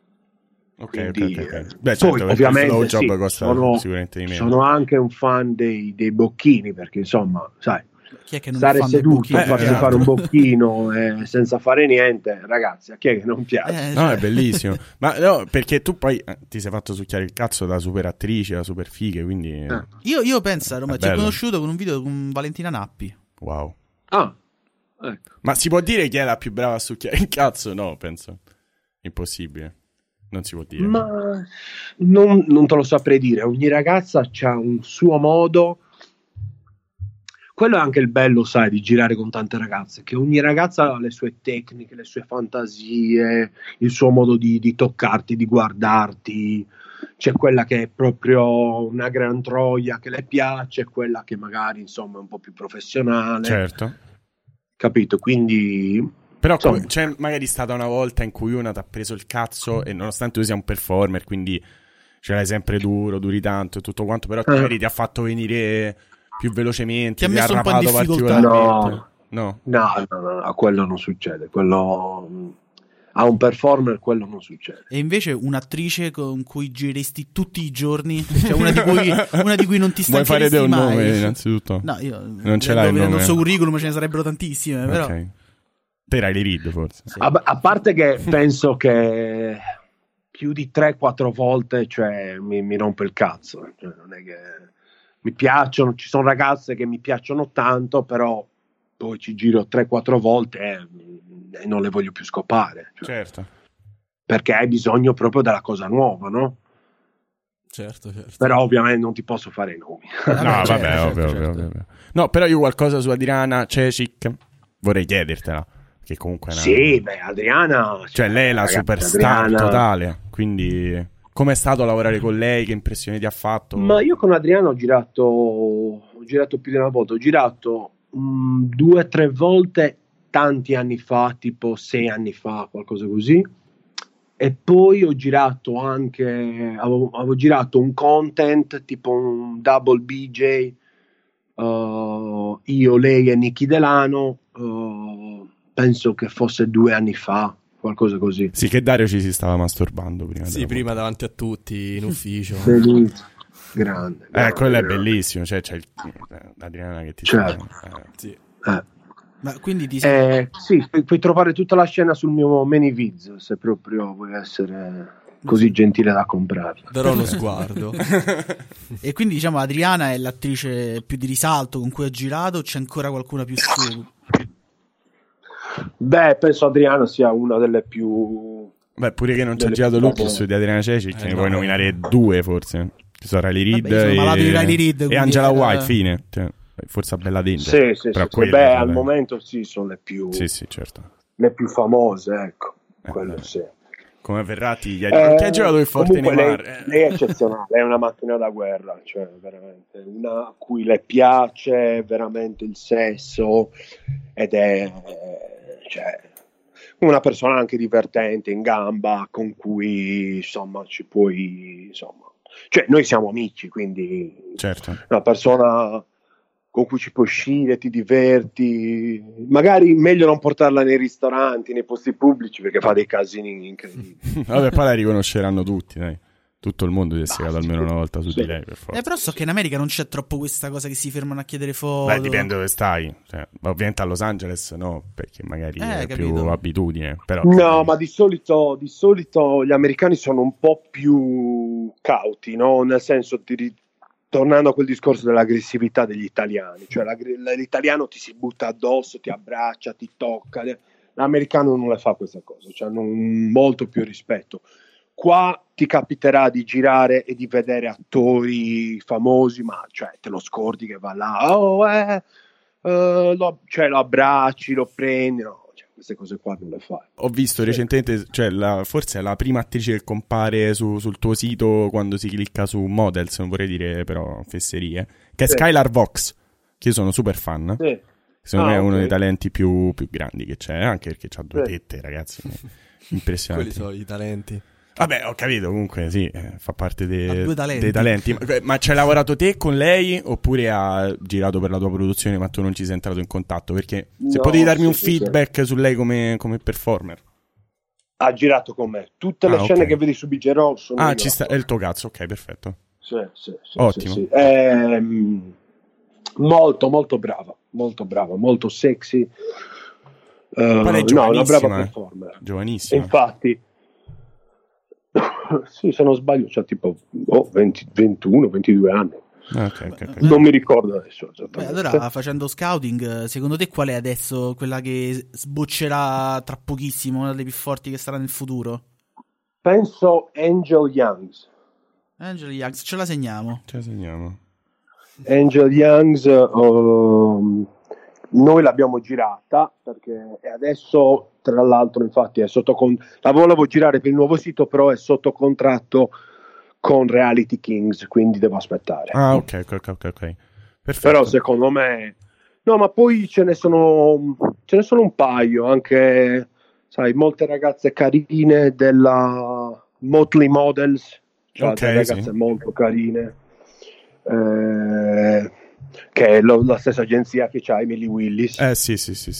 Ok. Beh, poi, certo, ovviamente il job costa sicuramente di meno. Sono anche un fan dei bocchini, perché insomma, sai, chi è che non stare è fan seduto a farsi fare un bocchino senza fare niente, ragazzi, a chi è che non piace? No, è bellissimo. Ma no, perché tu poi ti sei fatto succhiare il cazzo da super attrice, da super fighe, quindi io penso, Roma, ti ho conosciuto con un video con Valentina Nappi. Wow. Ecco. Ma si può dire chi è la più brava a succhiare il cazzo? No, penso impossibile. Non si può dire. Ma non te lo saprei dire. Ogni ragazza ha un suo modo. Quello è anche il bello, sai, di girare con tante ragazze, che ogni ragazza ha le sue tecniche, le sue fantasie, il suo modo di toccarti, di guardarti. C'è quella che è proprio una gran troia che le piace, quella che magari insomma è un po' più professionale. Certo. Capito? Quindi... Però c'è magari stata una volta in cui una ti ha preso il cazzo e nonostante tu sia un performer, quindi ce l'hai sempre duri tanto e tutto quanto, però magari ti ha fatto venire più velocemente, ti ha messo un po' in difficoltà. No, quello non succede. Quello a un performer quello non succede. E invece un'attrice con cui gireresti tutti i giorni, cioè una di cui non ti stancheresti mai. Vuoi fare nome innanzitutto? No, io non ce l'hai il nome. Nel suo curriculum ce ne sarebbero tantissime, però. Ok. Te Riley Reid forse. Sì. A parte che penso che più di 3-4 volte, cioè, mi rompe il cazzo. Cioè, non è che mi piacciono, ci sono ragazze che mi piacciono tanto, però poi ci giro 3-4 volte e non le voglio più scopare. Cioè, certo. Perché hai bisogno proprio della cosa nuova, no? Certo. Però ovviamente non ti posso fare i nomi. No, vabbè, ovvio. No, però io qualcosa su Adriana Cecic vorrei chiedertela. Che comunque Adriana, cioè lei è la superstar totale, quindi com'è stato lavorare con lei, che impressione ti ha fatto? Ma io con Adriana ho girato più di una volta, ho girato 2-3 volte tanti anni fa, tipo 6 anni fa, qualcosa così, e poi ho girato anche avevo girato un content tipo un double BJ, io, lei e Nicky Delano, penso che fosse 2 anni fa, qualcosa così. Sì, che Dario ci si stava masturbando prima. Sì, prima davanti a tutti, in ufficio. Bellissimo. Grande. Quello è bellissimo, cioè c'è Adriana che ti sì. Ma quindi sì, puoi trovare tutta la scena sul mio Manyvids, se proprio vuoi essere così gentile da comprarla. Darò uno sguardo. E quindi diciamo Adriana è l'attrice più di risalto con cui ha girato, c'è ancora qualcuna più su? Beh, penso Adriana sia una delle più... Beh, pure che non c'è girato Lupus di Adriana Cecic, ne puoi nominare 2 forse. Ci sono Riley Reid e Angela White, fine. Cioè, forse a Bella Danger. Sì. Beh, al momento sì, sono le più... Sì, certo. Le più famose, ecco. Quello sì. Come Verratti, chi ha giocato il Forte Neymar? Lei è eccezionale, è una macchina da guerra, cioè veramente una a cui le piace veramente il sesso ed è una persona anche divertente, in gamba, con cui insomma ci puoi, insomma, cioè noi siamo amici, quindi certo. Una persona con cui ci puoi uscire, ti diverti, magari meglio non portarla nei ristoranti, nei posti pubblici, perché fa dei casini incredibili. Vabbè, poi la riconosceranno tutti, dai. Tutto il mondo si è segato almeno una volta su di lei, per forza. Però so che in America non c'è troppo questa cosa che si fermano a chiedere foto. Beh, dipende dove stai. Cioè, ovviamente a Los Angeles no, perché magari è più abitudine. Però no, ma di solito gli americani sono un po' più cauti, no? Nel senso, tornando a quel discorso dell'aggressività degli italiani, cioè l'italiano ti si butta addosso, ti abbraccia, ti tocca. L'americano non le fa queste cose, cioè hanno molto più rispetto. Qua ti capiterà di girare e di vedere attori famosi, ma cioè te lo scordi che va là, lo abbracci, lo prendi, no, cioè, queste cose qua non le fai. Ho visto recentemente, cioè forse è la prima attrice che compare sul tuo sito quando si clicca su Models, non vorrei dire però fesserie, che è Skylar Vox, che io sono super fan. Sì. Secondo me è uno dei talenti più grandi che c'è, anche perché c'ha 2 tette, ragazzi, impressionanti. Quelli sono i talenti. Vabbè, ho capito, comunque sì, fa parte dei talenti. Ma ci hai lavorato te con lei oppure ha girato per la tua produzione ma tu non ci sei entrato in contatto? Perché se potevi darmi un feedback su lei come performer. Ha girato con me. Tutte le scene che vedi su Bigerò sono ci sta, è il tuo cazzo, ok, perfetto. Sì, ottimo. Sì. Molto, molto brava, molto sexy. Ma è una brava performer. Giovanissima. Infatti, sì, se non sbaglio, c'ha tipo 21, 22 anni. Okay. Non mi ricordo adesso esattamente. Allora, facendo scouting, secondo te qual è adesso quella che sboccerà tra pochissimo, una delle più forti che sarà nel futuro? Penso Angel Youngs, ce la segniamo. Angel Youngs, noi l'abbiamo girata perché adesso, tra l'altro, infatti è la volevo girare per il nuovo sito, però è sotto contratto con Reality Kings, quindi devo aspettare. Ok. Perfetto. Però secondo me no, ma poi ce ne sono un paio, anche sai, molte ragazze carine della Motley Models, cioè delle ragazze molto carine, che è la stessa agenzia che c'ha Emily Willis. Sì.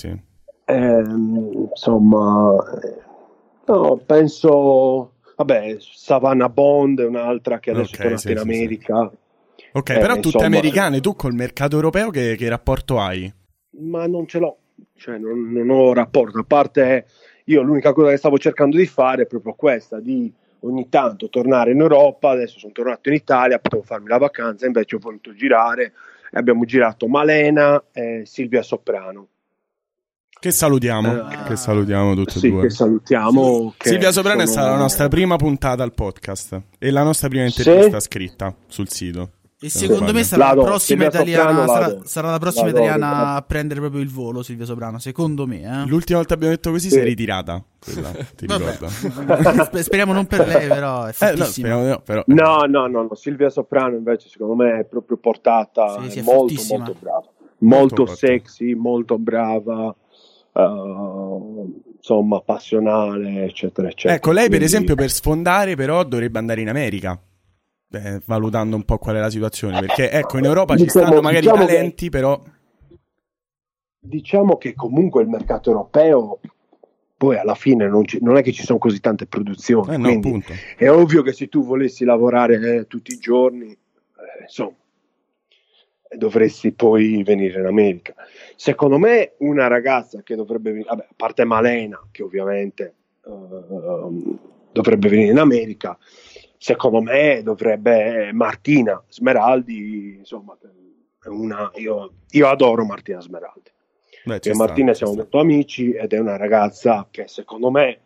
Insomma, no, penso, vabbè, Savannah Bond è un'altra che adesso è tornata in America. Ok, però tutte americane. Tu col mercato europeo che rapporto hai? Ma non ce l'ho, cioè non ho rapporto, a parte io l'unica cosa che stavo cercando di fare è proprio questa, di ogni tanto tornare in Europa. Adesso sono tornato in Italia, potevo farmi la vacanza, invece ho voluto girare e abbiamo girato Malena e Silvia Soprano. Che salutiamo, tutti e due. Che salutiamo. Silvia Soprano è stata la nostra prima puntata al podcast e la nostra prima intervista scritta sul sito. E secondo me sarà la prossima italiana, sarà la prossima italiana a prendere proprio il volo, Silvia Soprano, secondo me. L'ultima volta abbiamo detto così, si è ritirata quella, ti ricordo. Speriamo non per lei, però è fortissima. No, Silvia Soprano invece secondo me è proprio portata, è molto brava, molto sexy, molto brava. Insomma, passionale, eccetera. Ecco, lei per esempio per sfondare però dovrebbe andare in America, valutando un po' qual è la situazione, perché ecco, in Europa ci stanno magari talenti, però diciamo che comunque il mercato europeo poi alla fine non è che ci sono così tante produzioni, quindi appunto. È ovvio che se tu volessi lavorare tutti i giorni, insomma, dovresti poi venire in America. Secondo me una ragazza che dovrebbe venire, a parte Malena che ovviamente dovrebbe venire in America, secondo me dovrebbe Martina Smeraldi, insomma, io adoro Martina Smeraldi. Io e Martina siamo molto amici ed è una ragazza che secondo me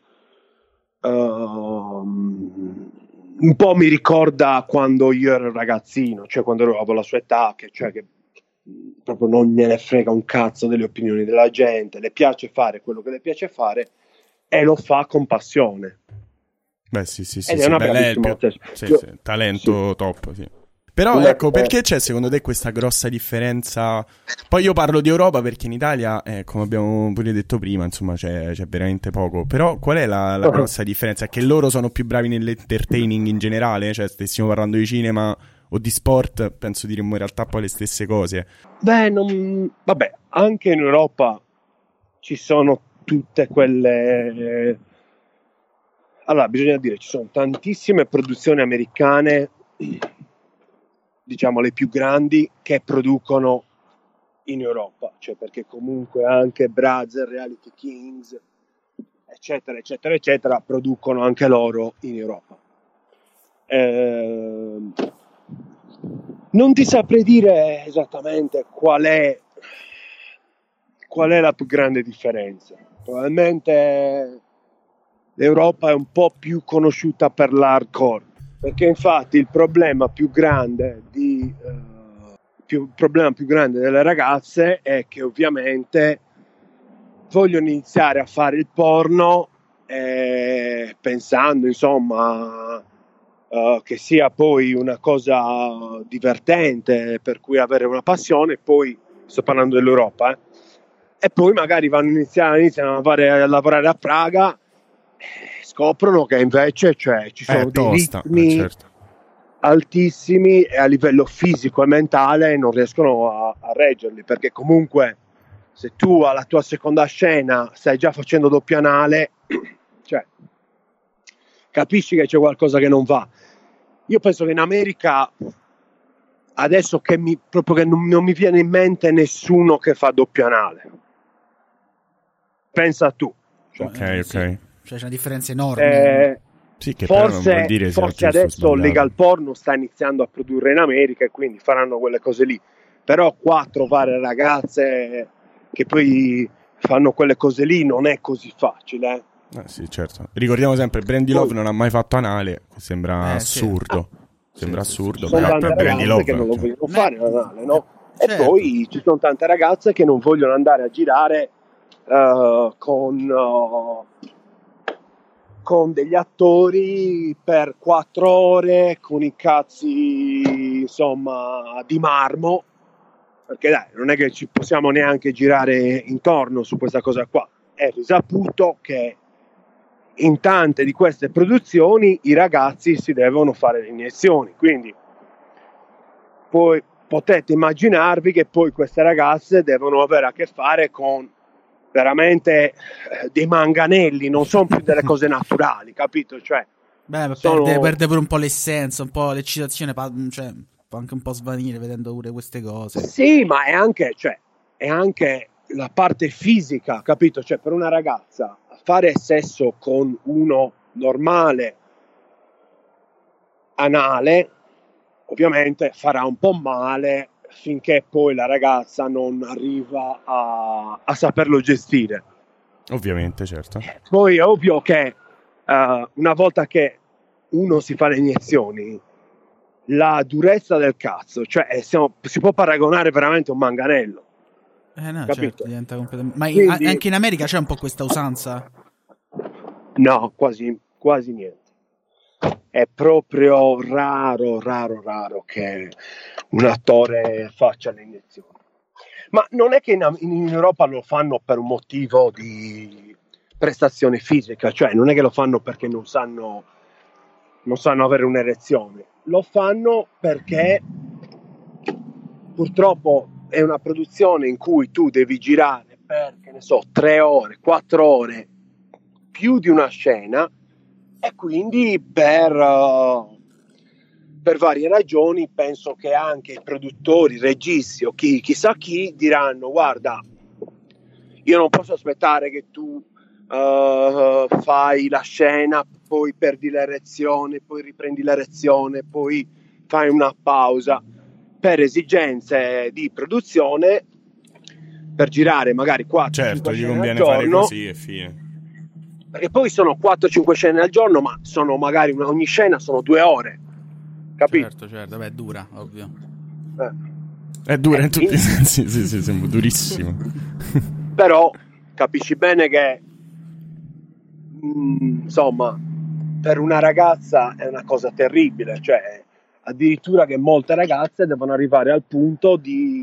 un po' mi ricorda quando io ero ragazzino, cioè quando avevo la sua età, che proprio non gliene frega un cazzo delle opinioni della gente, le piace fare quello che le piace fare e lo fa con passione. Sì, ed è una bellissima talento top, sì. Però ecco, perché c'è secondo te questa grossa differenza? Poi io parlo di Europa perché in Italia, come abbiamo pure detto prima, insomma c'è veramente poco. Però qual è la grossa differenza? È che loro sono più bravi nell'entertaining in generale? Cioè, stessimo parlando di cinema o di sport, penso diremmo in realtà poi le stesse cose. Vabbè, anche in Europa ci sono tutte quelle... Allora, bisogna dire, ci sono tantissime produzioni americane, diciamo le più grandi, che producono in Europa, cioè perché comunque anche Brazzer, Reality Kings, eccetera, producono anche loro in Europa. Non ti saprei dire esattamente qual è la più grande differenza. probabilmente l'Europa è un po' più conosciuta per l'hardcore, perché infatti il problema più grande delle ragazze è che ovviamente vogliono iniziare a fare il porno pensando insomma che sia poi una cosa divertente per cui avere una passione. Poi sto parlando dell'Europa e poi magari iniziano a lavorare a Praga, scoprono che invece ci sono dei ritmi altissimi e a livello fisico e mentale non riescono a reggerli, perché comunque se tu alla tua seconda scena stai già facendo doppio anale, cioè capisci che c'è qualcosa che non va. Io penso che in America adesso proprio che non mi viene in mente nessuno che fa doppio anale. Pensa tu. Ok. Cioè c'è una differenza enorme. Sì, che però non vuol dire forse adesso Legal Porno sta iniziando a produrre in America e quindi faranno quelle cose lì. Però qua trovare ragazze che poi fanno quelle cose lì non è così facile. Sì, certo. Ricordiamo sempre, Brandy Love non ha mai fatto anale, sembra assurdo. Sembra assurdo, però per Brandy Love che non lo vogliono fare l'anale, no? E poi ci sono tante ragazze che non vogliono andare a girare con degli attori per 4 ore con i cazzi insomma di marmo, perché dai, non è che ci possiamo neanche girare intorno su questa cosa qua. È risaputo che in tante di queste produzioni i ragazzi si devono fare le iniezioni, quindi poi potete immaginarvi che poi queste ragazze devono avere a che fare con veramente dei manganelli, non sono più delle cose naturali, capito? Cioè, perde pure un po' l'essenza, un po' l'eccitazione, cioè può anche un po' svanire vedendo pure queste cose. Sì, ma è anche la parte fisica, capito? Cioè, per una ragazza fare sesso con uno normale anale ovviamente farà un po' male finché poi la ragazza non arriva a saperlo gestire. Ovviamente, certo. Poi è ovvio che una volta che uno si fa le iniezioni, la durezza del cazzo, cioè si può paragonare veramente a un manganello. No, capito? certo, diventa completamente... Ma quindi, anche in America c'è un po' questa usanza? No, quasi niente. È proprio raro che un attore faccia le iniezioni. Ma non è che in Europa lo fanno per un motivo di prestazione fisica, cioè non è che lo fanno perché non sanno avere un'erezione, lo fanno perché purtroppo è una produzione in cui tu devi girare per, 3 ore, 4 ore, più di una scena, e quindi per varie ragioni penso che anche i produttori, i registi o chissà chi diranno: guarda, io non posso aspettare che tu fai la scena, poi perdi l'erezione, poi riprendi l'erezione, poi fai una pausa. Per esigenze di produzione, per girare magari 4-5 certo, gli scene conviene al giorno, fare così e fine. Perché poi sono 4-5 scene al giorno, ma sono magari ogni scena sono 2 ore, capito? Certo, beh, è dura, ovvio. È dura in tutti i sensi, sì, sembra durissimo. Però capisci bene che insomma, per una ragazza è una cosa terribile, cioè addirittura che molte ragazze devono arrivare al punto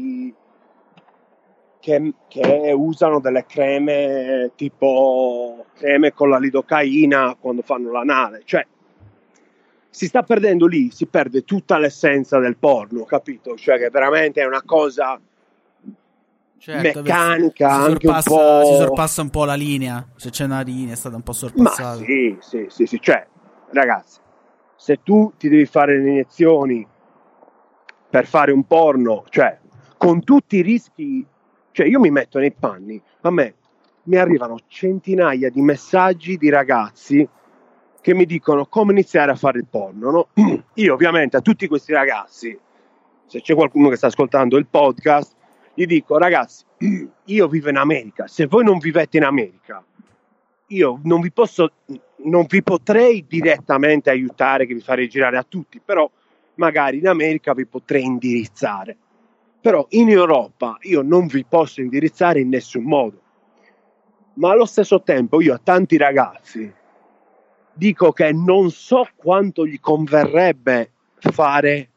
che usano delle creme, tipo creme con la lidocaina quando fanno l'anale. Cioè si sta perdendo lì, si perde tutta l'essenza del porno, capito? Cioè che veramente è una cosa meccanica, anche un po'... Si sorpassa un po' la linea, se c'è una linea è stata un po' sorpassata. Ma sì, cioè ragazzi, se tu ti devi fare le iniezioni per fare un porno, cioè con tutti i rischi, cioè io mi metto nei panni, a me mi arrivano centinaia di messaggi di ragazzi che mi dicono come iniziare a fare il porno, no? Io ovviamente a tutti questi ragazzi, se c'è qualcuno che sta ascoltando il podcast, gli dico: ragazzi, io vivo in America, se voi non vivete in America io non vi potrei direttamente aiutare, che vi farei girare a tutti, però magari in America vi potrei indirizzare, però in Europa io non vi posso indirizzare in nessun modo. Ma allo stesso tempo io a tanti ragazzi dico che non so quanto gli converrebbe fare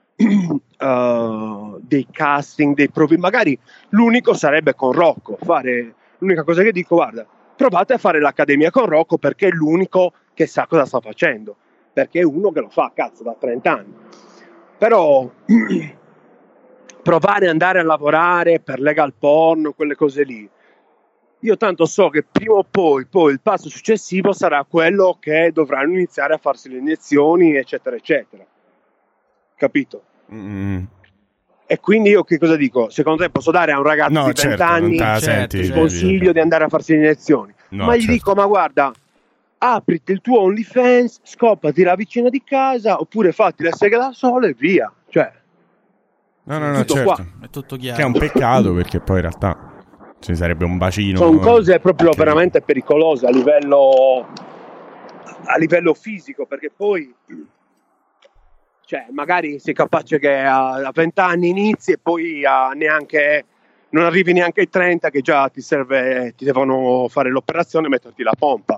dei casting, dei provi. Magari l'unico sarebbe con Rocco, l'unica cosa che dico, guarda, provate a fare l'accademia con Rocco, perché è l'unico che sa cosa sta facendo, perché è uno che lo fa, cazzo, da 30 anni. Però provare ad andare a lavorare per Legal Porn, quelle cose lì, io tanto so che prima o poi il passo successivo sarà quello che dovranno iniziare a farsi le iniezioni, eccetera eccetera, capito? E quindi io che cosa dico? Secondo te posso dare a un ragazzo di 20 anni il consiglio di andare a farsi le iniezioni? Ma gli dico, ma guarda, apriti il tuo OnlyFans, scopati la vicina di casa, oppure fatti le seghe da sole e via. Cioè, no, tutto certo. qua. È tutto chiaro. Che è un peccato, perché poi in realtà ci sarebbe un bacino. Sono cose proprio veramente pericolose a livello fisico, perché poi, cioè, magari sei capace che a 20 anni inizi e poi non arrivi neanche ai 30 che già ti devono fare l'operazione e metterti la pompa.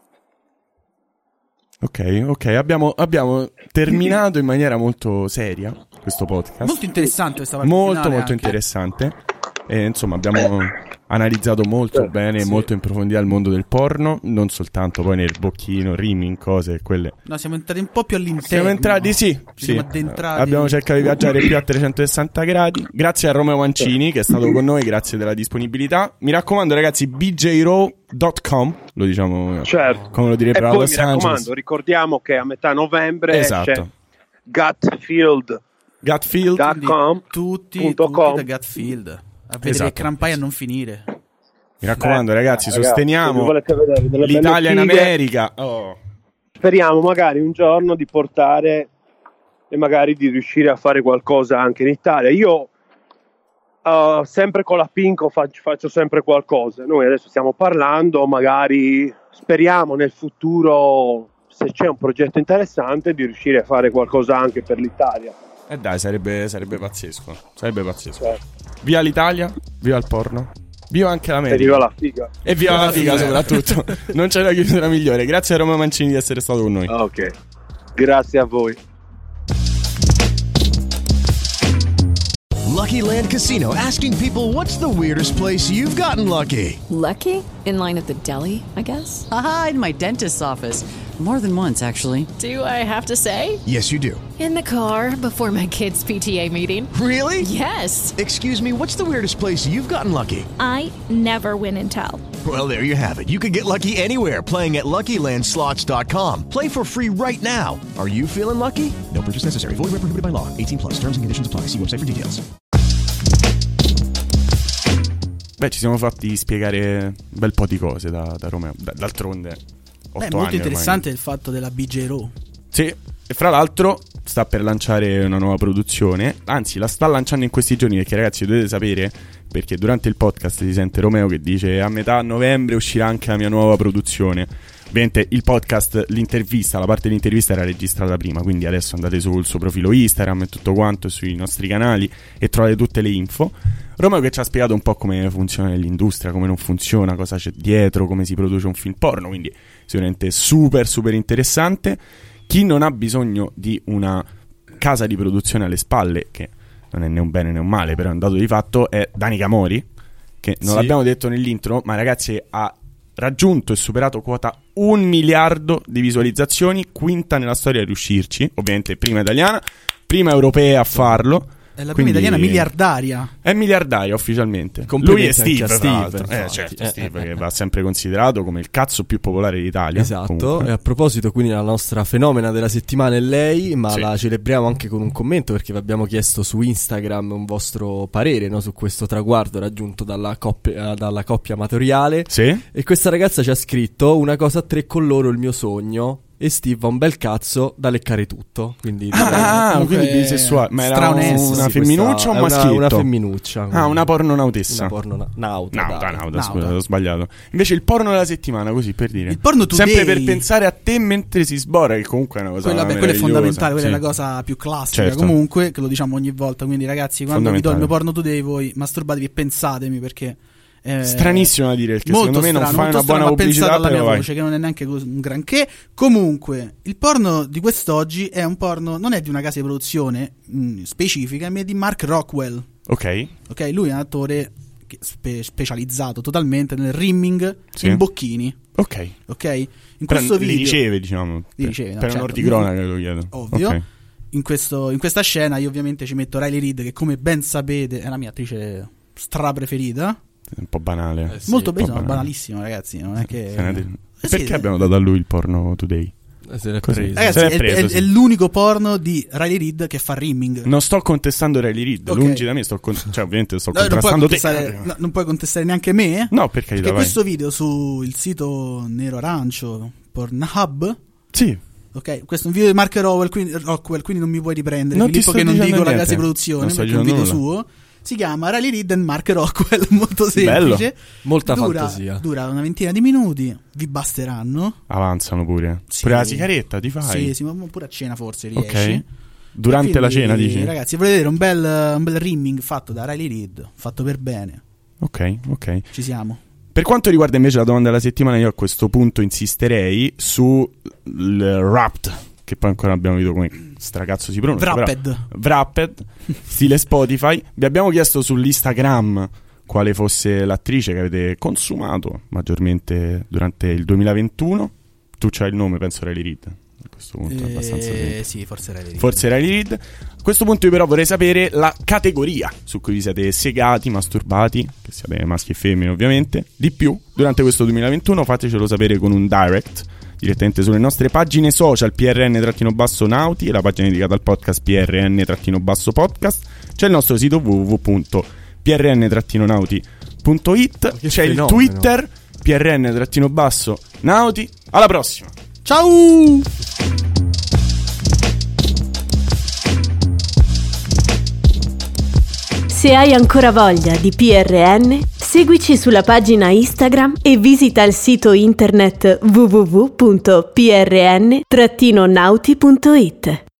Ok, abbiamo terminato in maniera molto seria questo podcast. Molto interessante questa parte. Molto interessante. E insomma abbiamo analizzato molto bene, molto in profondità il mondo del porno, non soltanto poi nel bocchino, rimming, cose quelle. No, siamo entrati un po' più all'interno. Siamo entrati, sì. Abbiamo cercato di viaggiare più a 360 gradi. Grazie a Romeo Mancini che è stato con noi, grazie della disponibilità. Mi raccomando ragazzi, bjrow.com, lo diciamo, certo, come lo direbbe a Los Angeles. Mi raccomando, ricordiamo che a metà novembre esce Gutfield.com, tutti da Gutfield. A vedere Crampai a non finire. Mi raccomando ragazzi, sosteniamo l'Italia in America. Speriamo magari un giorno di portare e magari di riuscire a fare qualcosa anche in Italia. Io sempre con la Pinco faccio sempre qualcosa. Noi adesso stiamo parlando, magari speriamo nel futuro, se c'è un progetto interessante, di riuscire a fare qualcosa anche per l'Italia. Dai, sarebbe pazzesco. Certo. Via l'Italia, viva il porno, viva anche l'America. E viva la figa. E viva la figa soprattutto. Non c'è una chiusura migliore. Grazie a Romeo Mancini di essere stato con noi. Ok, grazie a voi. Lucky Land Casino, asking people, what's the weirdest place you've gotten lucky? Lucky? In line at the deli, I guess? Aha, in my dentist's office. More than once, actually. Do I have to say? Yes, you do. In the car before my kids' PTA meeting. Really? Yes. Excuse me, what's the weirdest place you've gotten lucky? I never win and tell. Well, there you have it. You can get lucky anywhere, playing at LuckyLandSlots.com. Play for free right now. Are you feeling lucky? No purchase necessary. Void where prohibited by law. 18+. Terms and conditions apply. See website for details. Beh, ci siamo fatti spiegare un bel po' di cose da Romeo. D'altronde 8 anni molto interessante ormai. Il fatto della BJ Raw. Sì, e fra l'altro sta per lanciare una nuova produzione. Anzi, la sta lanciando in questi giorni, perché ragazzi dovete sapere, perché durante il podcast si sente Romeo che dice a metà novembre uscirà anche la mia nuova produzione. Ovviamente il podcast, l'intervista, la parte dell'intervista era registrata prima, quindi adesso andate sul suo profilo Instagram e tutto quanto, sui nostri canali, e trovate tutte le info. Romeo che ci ha spiegato un po' come funziona l'industria, come non funziona, cosa c'è dietro, come si produce un film porno, quindi sicuramente super interessante. Chi non ha bisogno di una casa di produzione alle spalle, che non è né un bene né un male, però è un dato di fatto, è Danica Mori, che non l'abbiamo detto nell'intro, ma ragazzi ha raggiunto e superato quota 1 miliardo di visualizzazioni, quinta nella storia a riuscirci, ovviamente prima italiana, prima europea a farlo. È la prima italiana miliardaria. È miliardaria ufficialmente. Lui è Steve, Steve che va sempre considerato come il cazzo più popolare d'Italia. Esatto. Comunque. E a proposito, quindi la nostra fenomena della settimana è lei, ma la celebriamo anche con un commento, perché vi abbiamo chiesto su Instagram un vostro parere, no, su questo traguardo raggiunto dalla coppia amatoriale. Sì. E questa ragazza ci ha scritto: una cosa a tre con loro, il mio sogno. e Steve ha un bel cazzo da leccare tutto. Quindi quindi bisessuale. Ma era una femminuccia o un maschietto? Una femminuccia. Una pornonautessa. Nauta, scusa, ho sbagliato. Invece il porno della settimana, così per dire. Il porno today, sempre per pensare a te mentre si sbora, che comunque è una cosa quello è fondamentale, quella è la cosa più classica, comunque, che lo diciamo ogni volta. Quindi ragazzi, quando vi do il mio porno today, voi masturbatevi e pensatemi, perché stranissimo da dire, perché secondo me non fai una buona pubblicità alla mia voce, che non è neanche un granché. Comunque il porno di quest'oggi è un porno, non è di una casa di produzione specifica, ma è di Mark Rockwell. Ok, lui è un attore specializzato totalmente nel rimming in bocchini. Ok, in questo video li riceve, diciamo, per onor di cronaca, lo chiedo, ovvio. Okay. In questa scena io ovviamente ci metto Riley Reid, che come ben sapete è la mia attrice preferita. Un po' banale. Molto banalissimo, ragazzi. Non è che. Perché abbiamo dato a lui il porno today? Ragazzi, è l'unico porno di Riley Reid che fa rimming. Non sto contestando Riley Reid, lungi da me, ovviamente sto contrastando te. Non puoi contestare neanche me? No, perché questo video sul sito nero arancio Pornhub. Sì. Ok, questo è un video di Mark Rockwell, quindi non mi puoi riprendere, Filippo, che non dico la casa di produzione, perché è un video suo. Si chiama Riley Reid and Mark Rockwell, molto semplice. Bello. Molta fantasia. Dura una ventina di minuti, vi basteranno. Avanzano pure. Sì. Pure la sigaretta ti fai? Sì, ma pure a cena forse riesci. Ok. Durante la cena dici? Ragazzi, volete vedere un bel rimming fatto da Riley Reid, fatto per bene. Ok. Ci siamo. Per quanto riguarda invece la domanda della settimana, io a questo punto insisterei sul Wrapped, che poi ancora abbiamo visto come stracazzo si pronuncia. Wrapped, stile Spotify. Vi abbiamo chiesto sull'Instagram quale fosse l'attrice che avete consumato maggiormente durante il 2021. Tu c'hai il nome, penso Riley Reid. A questo punto è abbastanza sì, forse Riley Reid. A questo punto io però vorrei sapere la categoria su cui vi siete segati, masturbati, che siate maschi e femmine ovviamente, di più durante questo 2021. Fatecelo sapere con un direct direttamente sulle nostre pagine social, PRN-Nauti, e la pagina dedicata al podcast PRN-Podcast. C'è il nostro sito www.prn-nauti.it. C'è il Twitter PRN-Nauti. Alla prossima. Ciao. Se hai ancora voglia di PRN, seguici sulla pagina Instagram e visita il sito internet www.prn-nauti.it.